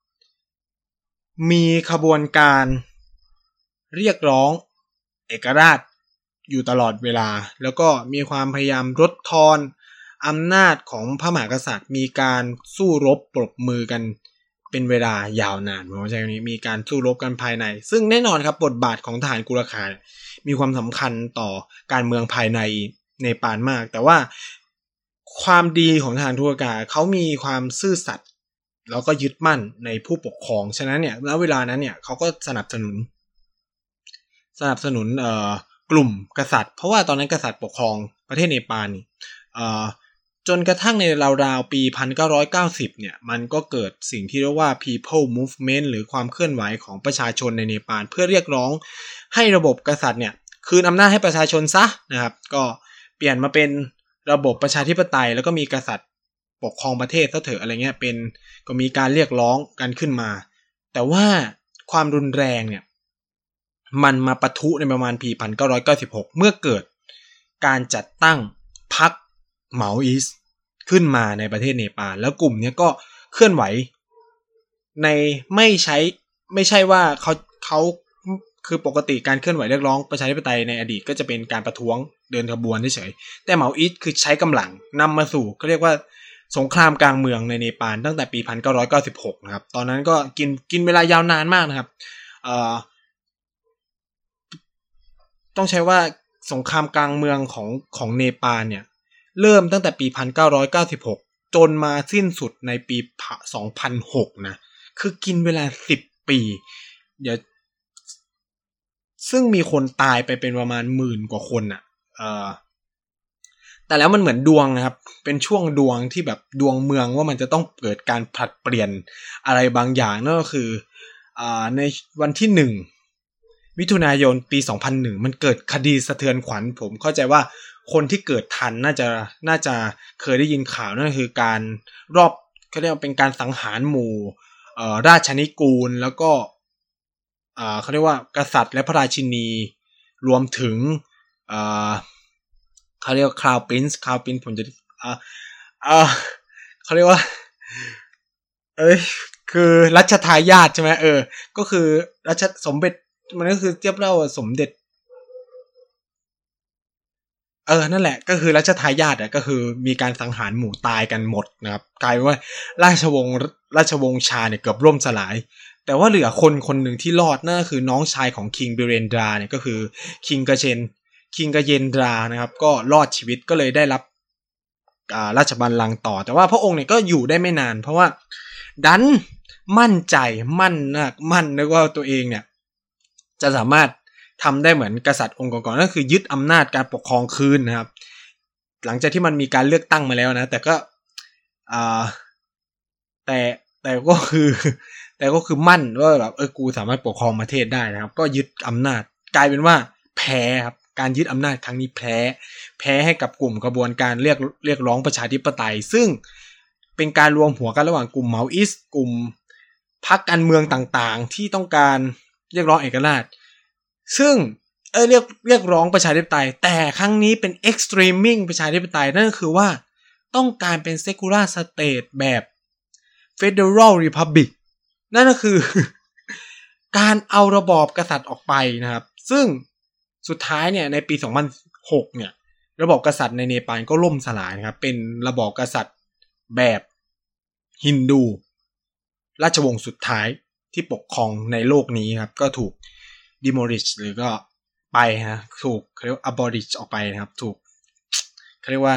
มีขบวนการเรียกร้องเอกราชอยู่ตลอดเวลาแล้วก็มีความพยายามลดทอนอำนาจของพระมหากษัตริย์มีการสู้รบปรบมือกันเป็นเวลายาวนานผมว่าใช่นี้มีการสู้รบกันภายในซึ่งแน่นอนครับบทบาทของทหารกุรขามีความสำคัญต่อการเมืองภายในเนปาลมากแต่ว่าความดีของทหารกุรขาเขามีความซื่อสัตย์แล้วก็ยึดมั่นในผู้ปกครองฉะนั้นเนี่ยณเวลานั้นเนี่ยเขาก็สนับสนุนสนับสนุนเอ่อกลุ่มกษัตริย์เพราะว่าตอนนั้นกษัตริย์ปกครองประเทศเนปาลนี่เอ่อจนกระทั่งในราวๆปีหนึ่งพันเก้าร้อยเก้าสิบเนี่ยมันก็เกิดสิ่งที่เรียกว่า People Movement หรือความเคลื่อนไหวของประชาชนในเนปาลเพื่อเรียกร้องให้ระบบกษัตริย์เนี่ยคืนอำนาจให้ประชาชนซะนะครับก็เปลี่ยนมาเป็นระบบประชาธิปไตยแล้วก็มีกษัตริย์ปกครองประเทศซะเถอะอะไรเงี้ยเป็นก็มีการเรียกร้องกันขึ้นมาแต่ว่าความรุนแรงเนี่ยมันมาปะทุในประมาณปีหนึ่งพันเก้าร้อยเก้าสิบหกเมื่อเกิดการจัดตั้งพรรคเหมาอิสต์ขึ้นมาในประเทศเนปาลแล้วกลุ่มนี้ก็เคลื่อนไหวในไม่ใช้ไม่ใช่ว่าเขาเขาคือปกติการเคลื่อนไหวเรียกร้องประชาธิปไตยในอดีตก็จะเป็นการประท้วงเดินขบวนเฉยๆแต่เหมาอิสต์คือใช้กำลังนำมาสู่ก็เรียกว่าสงครามกลางเมืองในเนปาลตั้งแต่ปีหนึ่งพันเก้าร้อยเก้าสิบหกนะครับตอนนั้นก็กินกินเวลายาวนานมากนะครับเอ่อต้องใช้ว่าสงครามกลางเมืองของของเนปาลเนี่ยเริ่มตั้งแต่ปีหนึ่งพันเก้าร้อยเก้าสิบหกจนมาสิ้นสุดในปีสองพันหกนะคือกินเวลาสิบปีเดี๋ยวซึ่งมีคนตายไปเป็นประมาณหมื่นกว่าคนน่ะเอ่อแต่แล้วมันเหมือนดวงนะครับเป็นช่วงดวงที่แบบดวงเมืองว่ามันจะต้องเกิดการผลัดเปลี่ยนอะไรบางอย่างนั่นก็คืออ่าในวันที่หนึ่งมิถุนายนปีสองพันหนึ่งมันเกิดคดีสะเทือนขวัญผมเข้าใจว่าคนที่เกิดทันน่าจะน่าจะเคยได้ยินข่าวนั่นคือการรอบเขาเรียกว่าเป็นการสังหารหมู่เอ่อราชนิกูลแล้วก็อ่าเขาเรียกว่ากษัตริย์และพระราชินีรวมถึงอ่าเขาเรียกว่าคราวปรินซ์คราวปรินซ์ผมจะอ่าอ่าเขาเรียกว่าเอ้ยคือรัชทายาทใช่ไหมเออก็คือรัชสมเด็จมันก็คือเทียบเท่าสมเด็จเออนั่นแหละก็คือรัชทายาทอ่ะก็คือมีการสังหารหมู่ตายกันหมดนะครับกลายเป็นว่าราชวงศ์ราชวงศ์ชาเนี่ยเกือบล่มสลายแต่ว่าเหลือคนคนหนึ่งที่รอดนั่นก็คือน้องชายของคิงบิเรนดราเนี่ยก็คือคิงกเชนคิงกเยนดรานะครับก็รอดชีวิตก็เลยได้รับอ่าราชบัลลังก์ต่อแต่ว่าพระองค์เนี่ยก็อยู่ได้ไม่นานเพราะว่าดันมั่นใจมั่นนักมั่นนึกว่าตัวเองเนี่ยจะสามารถทำได้เหมือนกษัตริย์องค์ก่อนๆนั่นคือยึดอำนาจการปกครองคืนนะครับหลังจากที่มันมีการเลือกตั้งมาแล้วนะแต่ก็อ่าแต่แต่ก็คือแต่ก็คือมั่นว่าแบบเออกูสามารถปกครองประเทศได้นะครับก็ยึดอำนาจกลายเป็นว่าแพ้ครับการยึดอำนาจครั้งนี้แพ้แพ้ให้กับกลุ่มกระบวนการเรียกเรียกร้องประชาธิปไตยซึ่งเป็นการรวมหัวกันระหว่างกลุ่มเมาอิสต์กลุ่มพรรคการเมืองต่างๆที่ต้องการเรียกร้องเอกราชซึ่งเออเรียกเรียกร้องประชาธิปไตยแต่ครั้งนี้เป็น extreming ประชาธิปไตยนั่นก็คือว่าต้องการเป็น secular state แบบ federal republic นั่นก็คือ การเอาระบอบกษัตริย์ออกไปนะครับซึ่งสุดท้ายเนี่ยในปีสองพันหกเนี่ยระบอบกษัตริย์ในเนปาลก็ล่มสลายนะครับเป็นระบอบกษัตริย์แบบฮินดูราชวงศ์สุดท้ายที่ปกครองในโลกนี้ครับก็ถูก demolish หรือก็ไปฮะถูกเขาเรียกว่า abolish ออกไปนะครับถูกเขาเรียกว่า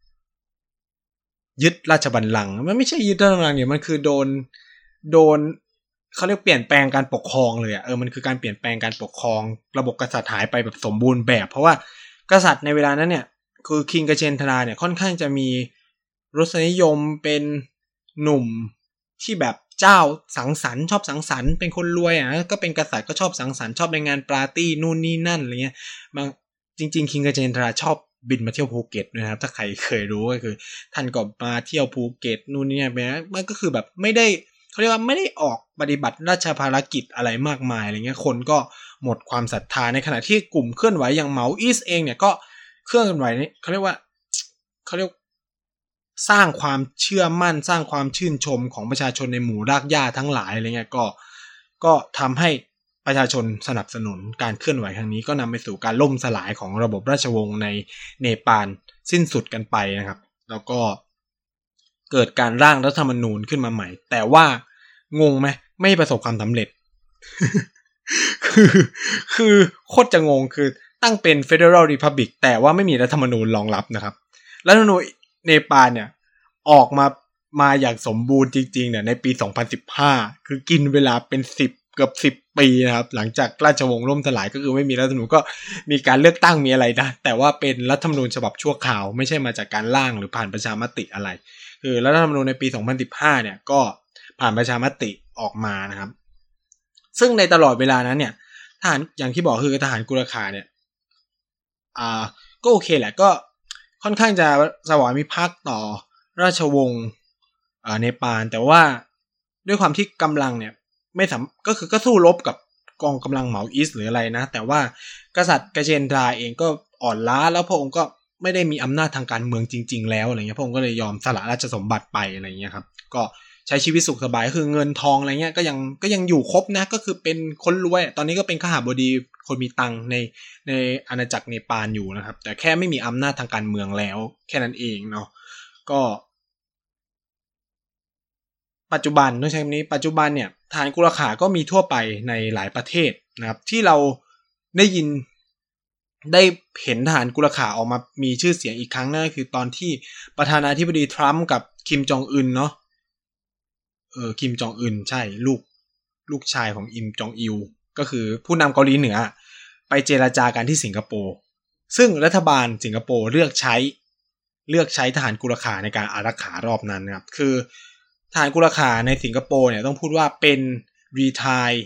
ยึดราชบัลลังก์มันไม่ใช่ยึดราชบัลลังก์เนี่ยมันคือโดนโดนเขาเรียกเปลี่ยนแปลงการปกครองเลยอ่ะเออมันคือการเปลี่ยนแปลงการปกครองระบบกษัตริย์หายไปแบบสมบูรณ์แบบเพราะว่ากษัตริย์ในเวลานั้นเนี่ยคือคิงกเชนทราเนี่ยค่อนข้างจะมีรสนิยมเป็นหนุ่มที่แบบเจ้าสังสรรค์ชอบสังสรรค์เป็นคนรวยอ่ะก็เป็นกษัตริย์ก็ชอบสังสรรค์ชอบในงานปาร์ตี้นู่นนี่นั่นอะไรเงี้ยบางจริงๆคิงกเชนทราชอบบินมาเที่ยวภูเก็ตด้วยนะครับถ้าใครเคยรู้ก็คือท่านก็มาเที่ยวภูเก็ตนู่นนี่ไปนะมันก็คือแบบไม่ได้เขาเรียกว่าไม่ได้ออกปฏิบัติราชภารกิจอะไรมากมายอะไรเงี้ยคนก็หมดความศรัทธาในขณะที่กลุ่มเคลื่อนไหวอย่างเหมาอีสเองเนี่ยก็เคลื่อนไหวนี่เขาเรียกว่าเขาเรียกสร้างความเชื่อมั่นสร้างความชื่นชมของประชาชนในหมู่รากหญ้าทั้งหลายอะไรเงี้ยก็ก็ทำให้ประชาชนสนับสนุนการเคลื่อนไหวครั้งนี้ก็นำไปสู่การล่มสลายของระบบราชวงศ์ในเนปาลสิ้นสุดกันไปนะครับแล้วก็เกิดการร่างรัฐธรรมนูญขึ้นมาใหม่แต่ว่างงไหมไม่ประสบความสำเร็จ คือคือโคตรจะงงคือตั้งเป็น Federal Republic แต่ว่าไม่มีรัฐธรรมนูญรองรับนะครับรัฐธรรมนูญเนปาลเนี่ยออกมามาอย่างสมบูรณ์จริงๆเนี่ยในปีสองพันสิบห้าคือกินเวลาเป็นสิบเกือบสิบปีนะครับหลังจากราชวงศ์ล่มสลายก็คือไม่มีรัฐธรรมนูญก็มีการเลือกตั้งมีอะไรนะแต่ว่าเป็นรัฐธรรมนูญฉบับชั่วคราวไม่ใช่มาจากการร่างหรือผ่านประชามติอะไรคือรัฐธรรมนูญในปีสองพันสิบห้าเนี่ยก็ผ่านประชามติออกมานะครับซึ่งในตลอดเวลานั้นเนี่ยทหารอย่างที่บอกคือทหารกุรคาเนี่ยอ่าก็โอเคแหละก็ค่อนข้างจะสวามิภักดิ์ต่อราชวงศ์อ่าเนปาลแต่ว่าด้วยความที่กำลังเนี่ยไม่สามก็คือก็สู้รบกับกองกำลังเหมาอีสหรืออะไรนะแต่ว่ากษัตริย์กเชนทราเองก็อ่อนล้าแล้วพระองค์ก็ไม่ได้มีอำนาจทางการเมืองจริงๆแล้วอะไรเงี้ยพระองค์ก็เลยยอมสละราชสมบัติไปอะไรเงี้ยครับก็ใช้ชีวิตสุขสบายคือเงินทองอะไรเงี้ยก็ยังก็ยังอยู่ครบนะก็คือเป็นคนรวยตอนนี้ก็เป็นข้าบดีคนมีตังในในอาณาจักรเนปาลอยู่นะครับแต่แค่ไม่มีอำนาจทางการเมืองแล้วแค่นั้นเองเนาะก็ปัจจุบันต้องใช้คำนี้ปัจจุบันเนี่ยทหารกุรขาก็มีทั่วไปในหลายประเทศนะครับที่เราได้ยินได้เห็นทหารกุรขาออกมามีชื่อเสียงอีกครั้งนั่นก็คือตอนที่ประธานาธิบดีทรัมป์กับคิมจองอึนเนาะเออคิมจองอึนใช่ลูกลูกชายของอิมจองอิลก็คือผู้นำเกาหลีเหนือไปเจรจากันที่สิงคโปร์ซึ่งรัฐบาลสิงคโปร์เลือกใช้เลือกใช้ทหารกุรขาในการอารักขารอบนั้นนะครับคือทหารกุรขาในสิงคโปร์เนี่ยต้องพูดว่าเป็น retire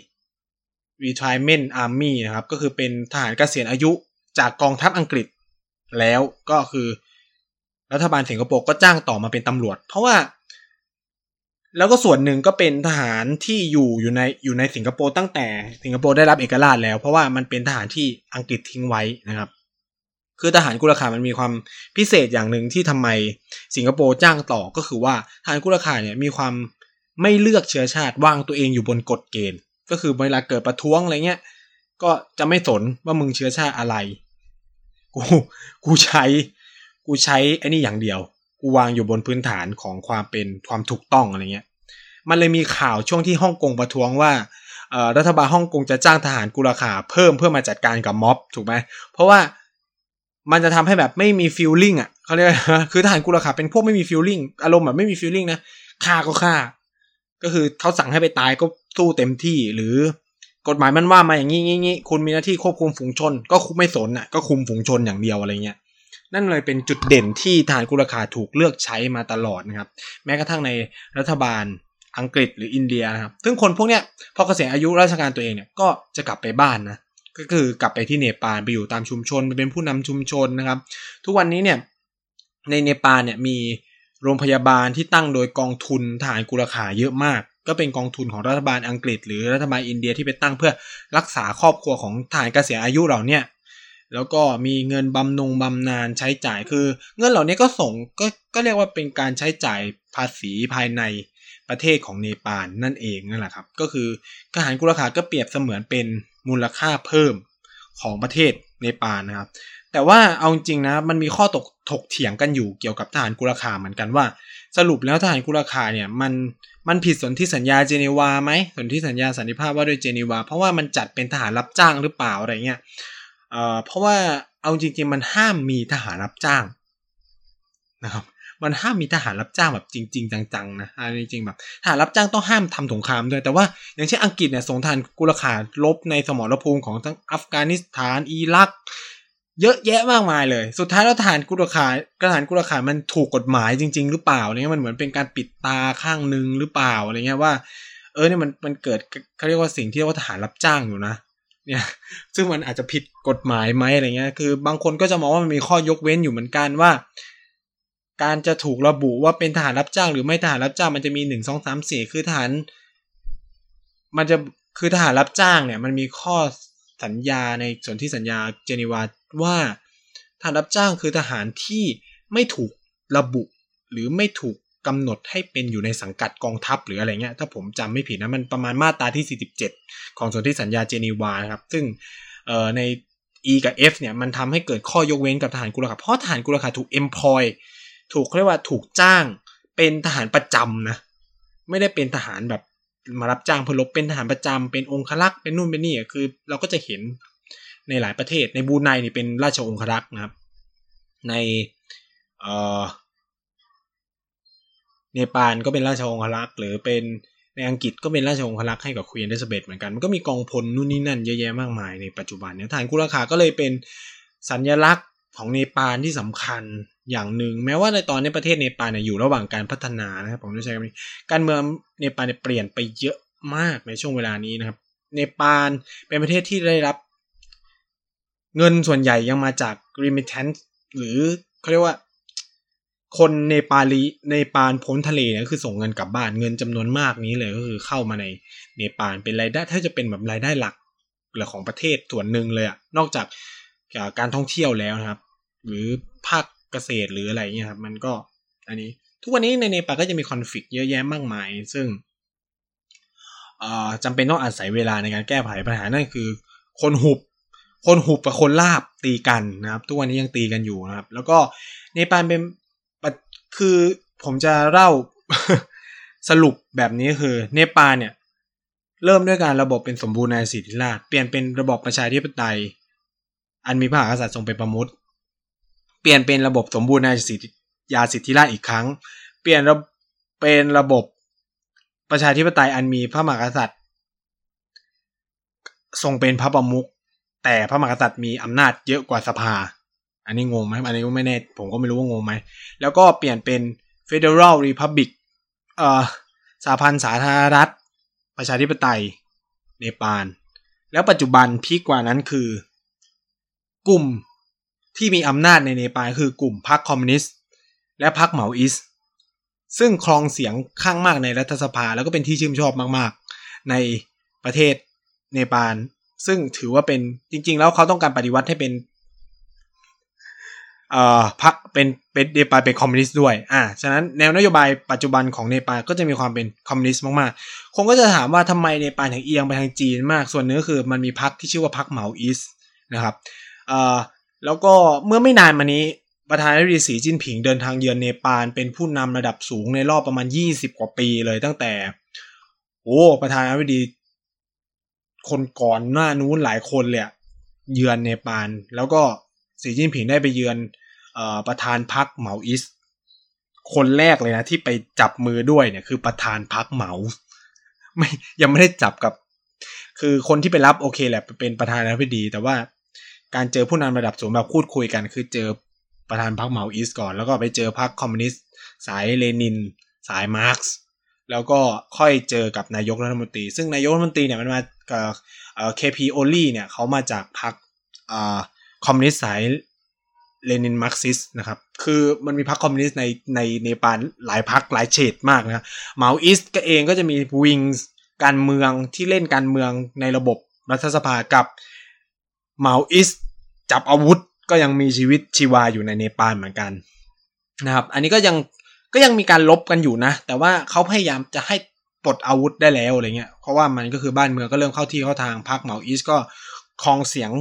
retirement army นะครับก็คือเป็นทหารเกษียณอายุจากกองทัพอังกฤษแล้วก็คือรัฐบาลสิงคโปร์ก็จ้างต่อมาเป็นตำรวจเพราะว่าแล้วก็ส่วนหนึ่งก็เป็นทหารที่อยู่อยู่ในอยู่ในสิงคโปร์ตั้งแต่สิงคโปร์ได้รับเอกราชแล้วเพราะว่ามันเป็นทหารที่อังกฤษทิ้งไว้นะครับคือทหารกุรขามันมีความพิเศษอย่างหนึ่งที่ทำไมสิงคโปร์จ้างต่อก็คือว่าทหารกุรขาเนี่ยมีความไม่เลือกเชื้อชาติวางตัวเองอยู่บนกฎเกณฑ์ก็คือเวลาเกิดประท้วงอะไรเงี้ยก็จะไม่สนว่ามึงเชื้อชาติอะไรกูกูใช้กูใช้ไอ้นี่อย่างเดียวกูวางอยู่บนพื้นฐานของความเป็นความถูกต้องอะไรเงี้ยมันเลยมีข่าวช่วงที่ฮ่องกงประท้วงว่าเอ่อรัฐบาลฮ่องกงจะจ้างทหารกุรขาเพิ่มเพื่อมาจัดการกับม็อบถูกไหมเพราะว่ามันจะทำให้แบบไม่มีฟีลลิ่งอ่ะเขาเรียกคือทหารกุรขาเป็นพวกไม่มีฟีลลิ่งอารมณ์แบบไม่มีฟีลลิ่งนะฆ่าก็ฆ่าก็คือเขาสั่งให้ไปตายก็สู้เต็มที่หรือกฎหมายมันว่ามาอย่างงี้งี้คุณมีหน้าที่ควบคุมฝูงชนก็คุมไม่สนอ่ะก็คุมฝูงชนอย่างเดียวอะไรเงี้ยนั่นเลยเป็นจุดเด่นที่ทหารกุรขาถูกเลือกใช้มาตลอดนะครับแม้กระทั่งในรัฐบาลอังกฤษหรืออินเดียนะครับซึ่งคนพวกเนี้ยพอเกษียณอายุราชการตัวเองเนี่ยก็จะกลับไปบ้านนะก็คือกลับไปที่เนปาลไปอยู่ตามชุมชนไปเป็นผู้นำชุมชนนะครับทุกวันนี้เนี่ยในเนปาลเนี่ยมีโรงพยาบาลที่ตั้งโดยกองทุนทหารกุรขาเยอะมากก็เป็นกองทุนของรัฐบาลอังกฤษหรือรัฐบาลอินเดียที่ไปตั้งเพื่อรักษาครอบครัวของทหารเกษียณอายุเหล่านี้แล้วก็มีเงินบำนงบำนาญใช้จ่ายคือเงินเหล่านี้ก็ส่งก็ก็เรียกว่าเป็นการใช้จ่ายภาษีภายในประเทศของเนปาลนั่นเองนั่นแหละครับก็คือทหารกุรขาก็เปรียบเสมือนเป็นมูลค่าเพิ่มของประเทศเนปาลนะครับแต่ว่าเอาจริงนะมันมีข้อตกถกเถียงกันอยู่เกี่ยวกับทหารกุลคาเหมือนกันว่าสรุปแล้วทหารกุลคาเนี่ยมันมันผิดสนธิสัญญาเจนีวาไหมสนธิสัญญาสันติภาพว่าด้วยเจนีวาเพราะว่ามันจัดเป็นทหารรับจ้างหรือเปล่าอะไรเงี้ยเอ่อเพราะว่าเอาจริงๆมันห้ามมีทหารรับจ้างนะครับมันห้ามมีทหารรับจ้างแบบจริงๆจังๆนะอันนี้จริงแบบทหารรับจ้างต้องห้ามทำสงครามด้วยแต่ว่าอย่างเช่นอังกฤษเนี่ยส่งทหารกุลคารบในสมรภูมิของทั้งอัฟกานิสถานอิรักเยอะแยะมากมายเลยสุดท้ายแล้วทหารกุลคารทหารกุลคารมันถูกกฎหมายจริงๆหรือเปล่าเนี่ยมันเหมือนเป็นการปิดตาข้างนึงหรือเปล่าอะไรเงี้ยว่าเออเนี่ยมันมันเกิดเขาเรียกว่าสิ่งที่เรียกว่าทหารรับจ้างอยู่นะเนี่ยซึ่งมันอาจจะผิดกฎหมายไหมอะไรเงี้ยคือบางคนก็จะมองว่ามันมีข้อยกเว้นอยู่เหมือนกันว่าการจะถูกระบุว่าเป็นทหารรับจ้างหรือไม่ทหารรับจ้างมันจะมีหนึ่ง สอง สาม สี่คือทหารมันจะคือทหารรับจ้างเนี่ยมันมีข้อสัญญาในส่วนที่สัญญาเจนีวาว่าทหารรับจ้างคือทหารที่ไม่ถูกระบุหรือไม่ถูกกำหนดให้เป็นอยู่ในสังกัดกองทัพหรืออะไรเงี้ยถ้าผมจำไม่ผิดนะมันประมาณมาตราที่สี่สิบเจ็ดของส่วนที่สัญญาเจนีวานะครับซึ่งเอ่อใน E กับ F เนี่ยมันทำให้เกิดข้อยกเว้นกับทหารกุลคารเพราะทหารกุลคารถูก employ ถูกเรียกว่าถูกจ้างเป็นทหารประจำนะไม่ได้เป็นทหารแบบมารับจ้างเพื่อรบเป็นทหารประจำเป็นองครักษ์เป็นนู่นเป็นนี่คือเราก็จะเห็นในหลายประเทศในบรูไนนี่เป็นราชองครักษ์นะครับในเอ่อเนปาลก็เป็นราชองครักษ์หรือเป็นในอังกฤษก็เป็นราชองครักษ์ให้กับควีนเอลิซาเบธเหมือนกันมันก็มีกองพลนู่นนี่นั่นเยอะแยะมากมายในปัจจุบันเนี่ยทหารกุลคารก็เลยเป็นสัญลักษณ์ของเนปาลที่สำคัญอย่างหนึ่งแม้ว่าในตอนนี้ประเทศเนปาลเนี่ยอยู่ระหว่างการพัฒนานะครับผมจะใช้คำนี้การเมืองเนปาลเนี่ยเปลี่ยนไปเยอะมากในช่วงเวลานี้นะครับเนปาลเป็นประเทศที่ได้รับเงินส่วนใหญ่ยังมาจาก remittance หรือเขาเรียกว่าคนเนปาลีเนปาลพ้นทะเลเนี่ยคือส่งเงินกลับบ้านเงินจำนวนมากนี้เลยก็คือเข้ามาในเนปาลเป็นรายได้ถ้าจะเป็นแบบรายได้หลักหรือของประเทศส่วนหนึ่งเลยอะนอกจากการท่องเที่ยวแล้วนะครับหรือภาคเกษตรหรืออะไรเงี้ยครับมันก็อันนี้ทุกวันนี้ในเนปาลก็จะมีคอนฟลิกต์เยอะแยะมากมายซึ่งจำเป็นต้องอาศัยเวลาในการแก้ไขปัญหานั่นคือคนหุบคนหุบกับคนลาบตีกันนะครับทุกวันนี้ยังตีกันอยู่นะครับแล้วก็เนปาลเป็นคือผมจะเล่า สรุปแบบนี้คือเนปาลเนี่ยเริ่มด้วยการระบบเป็นสมบูรณาญาสิทธิราชย์เปลี่ยนเป็นระบบประชาธิปไตยอันมีพระมหากษัตริย์ทรงเป็นประมุขเปลี่ยนเป็นระบบสมบูรณาญาสิทธิราชย์อีกครั้งเปลี่ยนเป็นระบบประชาธิปไตยอันมีพระมหากษัตริย์ทรงเป็นพระประมุขแต่พระมหากษัตริย์มีอำนาจเยอะกว่าสภาอันนี้งงไหมอันนี้ก็ไม่แน่ผมก็ไม่รู้ว่างงไหมแล้วก็เปลี่ยนเป็น Federal Republic เอ่อสหพันธ์สาธารณรัฐประชาธิปไตยเนปาลแล้วปัจจุบันพีคกว่านั้นคือกลุ่มที่มีอำนาจในเนปาลคือกลุ่มพรรคคอมมิวนิสต์และพรรคเหมาอิสต์ซึ่งครองเสียงข้างมากในรัฐสภาแล้วก็เป็นที่ชื่นชอบมากๆในประเทศเนปาลซึ่งถือว่าเป็นจริงๆแล้วเขาต้องการปฏิวัติให้เป็นเอ่อพรรคเป็นเป็นเนปาลเป็นคอมมิวนิสต์ด้วยอ่าฉะนั้นแนวนโยบายปัจจุบันของเนปาลก็จะมีความเป็นคอมมิวนิสต์มากๆคงก็จะถามว่าทำไมเนปาลถึงเอียงไปทางจีนมากส่วนนึงก็คือมันมีพรรคที่ชื่อว่าพรรคเหมาอิสต์นะครับเอ่อแล้วก็เมื่อไม่นานมานี้ประธานาธิบดีสีจิ้นผิงเดินทางเยือนเนปาลเป็นผู้นำระดับสูงในรอบประมาณยี่สิบกว่าปีเลยตั้งแต่โอ้ประธานาธิบดีคนก่อนหน้านู้นหลายคนเลยเยือนเนปาลแล้วก็สีจิ้นผิงได้ไปเยือนเอ่อประธานพรรคเหมาอิสต์คนแรกเลยนะที่ไปจับมือด้วยเนี่ยคือประธานพรรคเหมาไม่ยังไม่ได้จับกับคือคนที่ไปรับโอเคแหละเป็นประธานาธิบดีแต่ว่าการเจอผู้นำระดับสูงแบบพูดคุยกันคือเจอประธานพรรคเหมาอิสต์ก่อนแล้วก็ไปเจอพรรคคอมมิวนิสต์สายเลนินสายมาร์กซ์แล้วก็ค่อยเจอกับนายกรัฐมนตรีซึ่งนายกรัฐมนตรีเนี่ยมันมากับเอ่อ เค พี Only เนี่ยเขามาจากพรรคอ่าคอมมิวนิสต์สายเลนินมาร์กซิสนะครับคือมันมีพรรคคอมมิวนิสต์ในในเนปาลหลายพรรคหลายเฉดมากนะเหมาอิสต์ก็เองก็จะมีวิงการเมืองที่เล่นการเมืองในระบบรัฐสภากับเหมาอิสต์จับอาวุธก็ยังมีชีวิตชีวาอยู่ในเนปาลเหมือนกันนะครับอันนี้ก็ยังก็ยังมีการลบกันอยู่นะแต่ว่าเขาพยายามจะให้ปลดอาวุธได้แล้วอะไรเงี้ยเพราะว่ามันก็คือบ้านเมืองก็เริ่มเข้าที่เข้าทางพรรคเหมาอิสต์ก็ครองเสียง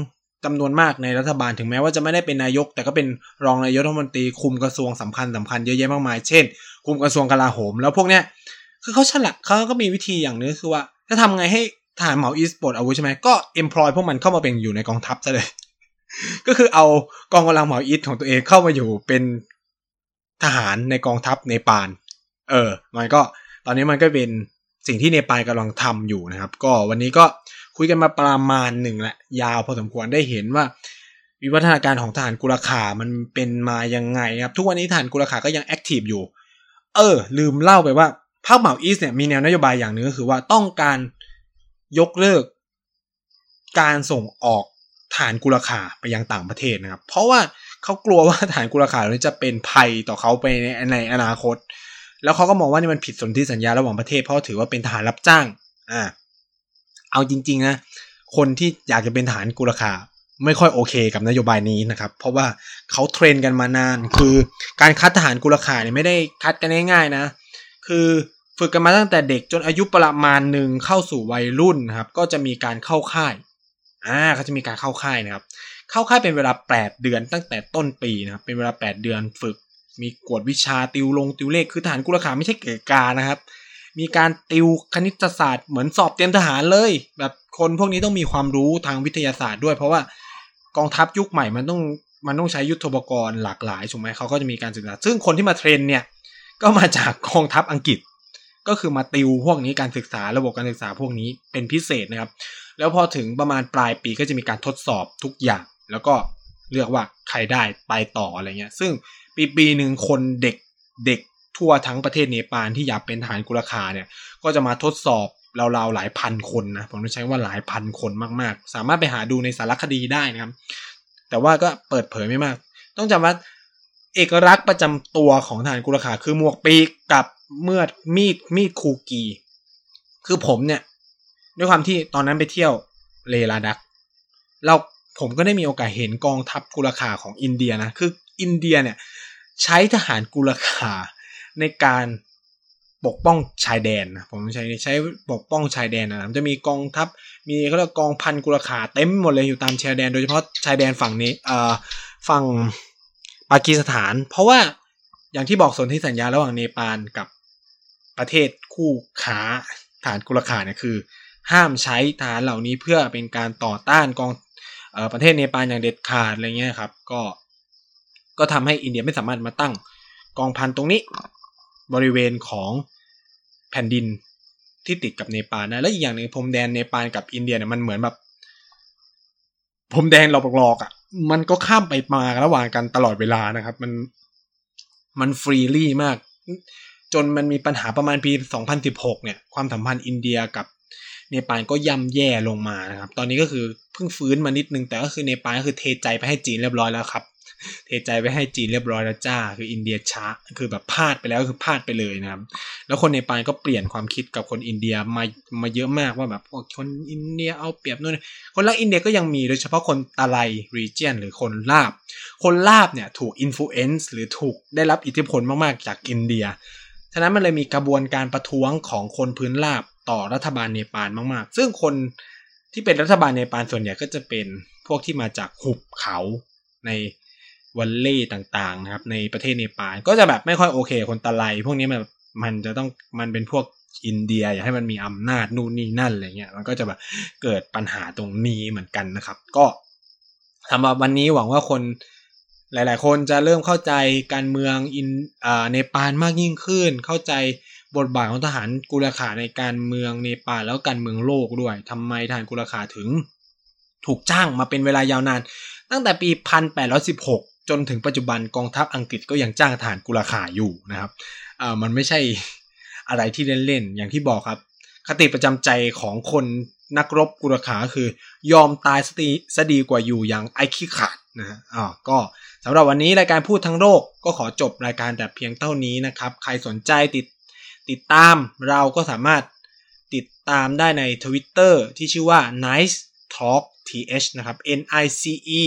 จำนวนมากในรัฐบาลถึงแม้ว่าจะไม่ได้เป็นนายกแต่ก็เป็นรองนายกรัฐมนตรีคุมกระทรวงสำคัญสำคัญเยอะแยะมากมายเช่นคุมกระทรวงกลาโหมแล้วพวกเนี้ยคือเขาฉลาดเขาก็มีวิธีอย่างนึงคือว่าถ้าทำไงให้ทหารเหมาอีสปลดอาวุธใช่ไหมก็ employ พวกมันเข้ามาเป็นอยู่ในกองทัพซะเลย ก็คือเอากองกำลังเหมาอีสของตัวเองเข้ามาอยู่เป็นทหารในกองทัพเนปาลเออมันก็ตอนนี้มันก็เป็นสิ่งที่เนปาลกำลังทำอยู่นะครับก็วันนี้ก็คุยกันมาประมาณหนึ่งแหละยาวพอสมควรได้เห็นว่าวิวัฒนาการของทหารกุลขามันเป็นมายังไงครับทุกวันนี้ทหารกุลขาก็ยังแอคทีฟอยู่เออลืมเล่าไปว่าพรรคเหมาอีสเนี่ยมีแนวนโยบายอย่างนึงก็คือว่าต้องการยกเลิกการส่งออกทหารกุลขาไปยังต่างประเทศนะครับเพราะว่าเขากลัวว่าทหารกุลขาเหล่านี้จะเป็นภัยต่อเขาไปในในอนาคตแล้วเขาก็มองว่านี่มันผิดสนธิสัญญาระหว่างประเทศเพราะถือว่าเป็นทหารรับจ้างอ่าเอาจริงๆนะคนที่อยากจะเป็นทหารกุลขาไม่ค่อยโอเคกับนโยบายนี้นะครับเพราะว่าเขาเทรนกันมานานคือการคัดทหารกุลขาเนี่ยไม่ได้คัดกันง่ายๆนะคือฝึกกันมาตั้งแต่เด็กจนอายุประมาณหนึ่งเข้าสู่วัยรุ่นนะครับก็จะมีการเข้าค่ายอ่าเขาจะมีการเข้าค่ายนะครับเข้าค่ายเป็นเวลาแปดเดือนตั้งแต่ต้นปีนะครับเป็นเวลาแปดเดือนฝึกมีกวดวิชาติวลงติวเลขคือทหารกุลขาไม่ใช่เก๋กานะครับมีการติวคณิตศาสตร์เหมือนสอบเตรียมทหารเลยแบบคนพวกนี้ต้องมีความรู้ทางวิทยาศาสตร์ด้วยเพราะว่ากองทัพยุคใหม่มันต้องมันต้องใช้ยุทโธปกรณ์หลากหลายถูกไหมเขาก็จะมีการศึกษาซึ่งคนที่มาเทรนเนี่ยก็มาจากกองทัพอังกฤษก็คือมาติวพวกนี้การศึกษาระบบการศึกษาพวกนี้เป็นพิเศษนะครับแล้วพอถึงประมาณปลายปีก็จะมีการทดสอบทุกอย่างแล้วก็เลือกว่าใครได้ไปต่ออะไรเงี้ยซึ่งปีปีหนึ่งคนเด็กเด็กทั่วทั้งประเทศเนปาลที่อยากเป็นทหารกุลขาเนี่ยก็จะมาทดสอบราวๆหลายพันคนนะผมต้องใช้ว่าหลายพันคนมากๆสามารถไปหาดูในสารคดีได้นะครับแต่ว่าก็เปิดเผยไม่มากต้องจำว่าเอกลักษณ์ประจำตัวของทหารกุลขาคือหมวกปีกกับเมือดมีดมีดคูกีคือผมเนี่ยด้วยความที่ตอนนั้นไปเที่ยวเลลาดักเราผมก็ได้มีโอกาสเห็นกองทัพกุลขาของอินเดียนะคืออินเดียเนี่ยใช้ทหารกุลขาในการปกป้องชายแดนนะผมใช้ใช้ปกป้องชายแดนนะมันจะมีกองทัพมีเขาเรียกกองพันกุลขาเต็มหมดเลยอยู่ตามชายแดนโดยเฉพาะชายแดนฝั่งนี้เอ่อฝั่งปากีสถานเพราะว่าอย่างที่บอกสนธิสัญญาระหว่างเนปาลกับประเทศคู่ค้าทหารกุลขาเนี่ยคือห้ามใช้ทหารเหล่านี้เพื่อเป็นการต่อต้านกองเอ่อประเทศเนปาลอย่างเด็ดขาดอะไรเงี้ยครับก็ก็ทำให้อินเดียไม่สามารถมาตั้งกองพันตรงนี้บริเวณของแผ่นดินที่ติดกับเนปาลนะและอีกอย่างหนึ่งพรมแดนเนปาลกับอินเดียเนี่ยมันเหมือนแบบพรมแดนหลอกๆอ่ะมันก็ข้ามไปมาระหว่างกันตลอดเวลานะครับมันมันฟรีลี่มากจนมันมีปัญหาประมาณปีสองพันสิบหกเนี่ยความสัมพันธ์อินเดียกับเนปาลก็ย่ำแย่ลงมานะครับตอนนี้ก็คือเพิ่งฟื้นมานิดนึงแต่ก็คือเนปาลก็คือเทใจไปให้จีนเรียบร้อยแล้วครับเทใจไปให้จีนเรียบร้อยแล้วจ้าคืออินเดียช้าคือแบบพลาดไปแล้วคือพลาดไปเลยนะครับแล้วคนเนปาลก็เปลี่ยนความคิดกับคนอินเดียมามาเยอะมากว่าแบบคนอินเดียเอาเปรียบนู่นคนรักอินเดียก็ยังมีโดยเฉพาะคนตะไลรีเจียนหรือคนลาบคนลาบเนี่ยถูกอินฟลูเอนซ์หรือถูกได้รับอิทธิพลมากๆจากอินเดียฉะนั้นมันเลยมีกระบวนการประท้วงของคนพื้นราบต่อรัฐบาลเนปาลมากๆซึ่งคนที่เป็นรัฐบาลเนปาลส่วนใหญ่ก็จะเป็นพวกที่มาจากหุบเขาในวัลเล่ต่างๆนะครับในประเทศเนปาลก็จะแบบไม่ค่อยโอเคคนตะไลพวกนี้มันมันจะต้องมันเป็นพวกอินเดียอยากให้มันมีอำนาจนู่นนี่นั่นอะไรเงี้ยมันก็จะแบบเกิดปัญหาตรงนี้เหมือนกันนะครับก็สำหรับวันนี้หวังว่าคนหลายๆคนจะเริ่มเข้าใจการเมืองอินอ่าเนปาลมากยิ่งขึ้นเข้าใจบทบาทของทหารกุลขาในการเมืองเนปาลแล้วการเมืองโลกด้วยทำไมทหารกุลขาถึงถูกจ้างมาเป็นเวลายาวนานตั้งแต่ปีหนึ่งพันแปดร้อยสิบหกจนถึงปัจจุบันกองทัพอังกฤษก็ยังจ้างทหารกุลขาอยู่นะครับอ่ามันไม่ใช่อะไรที่เล่นๆอย่างที่บอกครับคติประจำใจของคนนักรบกุลขาคือยอมตายซะดีกว่าอยู่อย่างไอ้ขี้ขาดนะฮะอ่าก็สำหรับวันนี้รายการพูดทั้งโลกก็ขอจบรายการแต่เพียงเท่านี้นะครับใครสนใจติดติดตามเราก็สามารถติดตามได้ใน Twitter ที่ชื่อว่า Nice Talk ที เอช นะครับ N I C E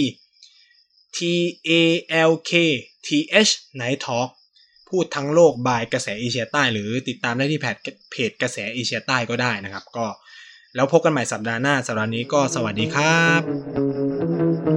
T A L K T H Nice Talk พูดทั้งโลกบายกระแสเอเชียใต้หรือติดตามได้ที่เพจเพจกระแสเอเชียใต้ก็ได้นะครับก็แล้วพบกันใหม่สัปดาห์หน้าสัปดาห์นี้ก็สวัสดีครับ